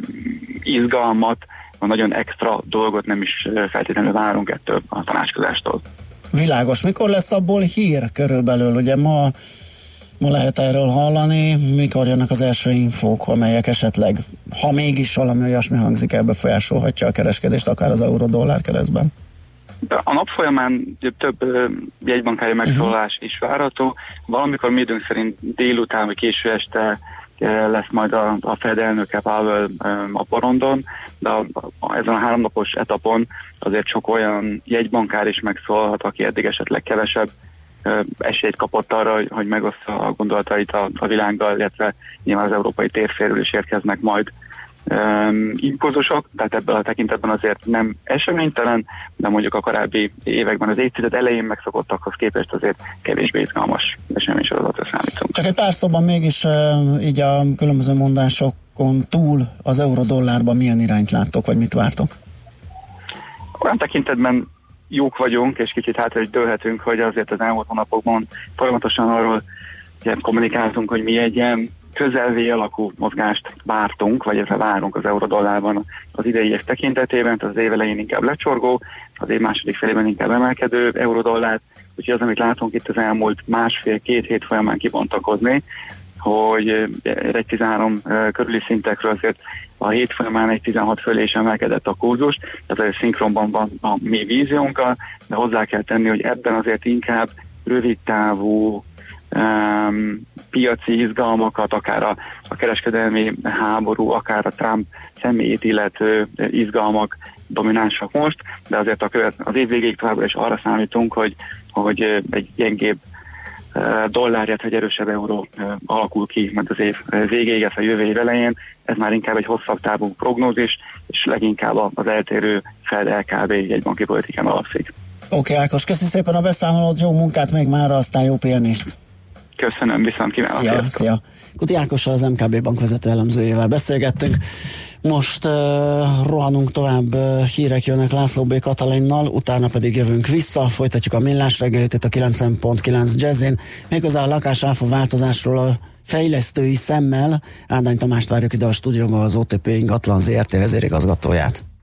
izgalmat, nagyon extra dolgot nem is feltétlenül várunk ettől a tanácskozástól. Világos. Mikor lesz abból hír körülbelül? Ugye ma lehet erről hallani, mikor jönnek az első infók, amelyek esetleg, ha mégis valami olyasmi hangzik el, befolyásolhatja a kereskedést, akár az euró-dollár keresztben? A nap folyamán több jegybankári megszólalás is várható. Valamikor mi időnk szerint délután vagy késő este lesz majd a Fed elnöke Powell a porondon, de ezen a 3 napos etapon azért sok olyan jegybankár is megszólalhat, aki eddig esetleg kevesebb esélyt kapott arra, hogy megoszta a gondolatait a világgal, illetve nyilván az európai térféről is érkeznek majd impulzusok, tehát ebből a tekintetben azért nem eseménytelen, de mondjuk a korábbi években az évtized elején megszokottakhoz képest azért kevésbé izgalmas eseménysorozatra számítunk. Csak egy pár szóban mégis így a különböző mondásokon túl az euró-dollárban milyen irányt láttok, vagy mit vártok? Olyan tekintetben jók vagyunk, és kicsit hátra is dőlhetünk, hogy azért az elmúlt hónapokban folyamatosan arról kommunikáltunk, hogy mi egy ilyen közel V alakú mozgást vártunk, vagy ezzel várunk az euró-dollárban az idei év tekintetében, tehát az év elején inkább lecsorgó, az év második felében inkább emelkedő euró-dollár, úgyhogy az, amit látunk itt az elmúlt másfél-két hét folyamán kibontakozni, hogy 1,13 körüli szintekről azért a hét folyamán 1,16 fölé is emelkedett a kurzus, ez azért szinkronban van a mi víziónkkal, de hozzá kell tenni, hogy ebben azért inkább rövidtávú piaci izgalmakat, akár a kereskedelmi háború, akár a Trump személyét illető izgalmak dominánsak most, de azért az év végéig továbbra is arra számítunk, hogy egy gyengébb dollár, illetve egy erősebb euró alakul ki, mert az év végéig, ez a jövő év elején, ez már inkább egy hosszabb távú prognózis, és leginkább az eltérő Fed LKB jegybanki politikán alapszik. Oké, Ákos, köszi szépen a beszámolót, jó munkát még mára, aztán jó pihenést! Köszönöm, viszont kívánok! Szia! Kuti Ákossal, az MKB bankvezető elemzőjével beszélgettünk. Most rohanunk tovább, hírek jönnek László B. Katalinnal, utána pedig jövünk vissza, folytatjuk a Millás reggelit itt a 90.9 Jazzin, méghozzá a lakásáfa változásról a fejlesztői szemmel. Ádány Tamást várjuk ide a stúdióban, az OTP ingatlan ZRT vezérigazgatóját.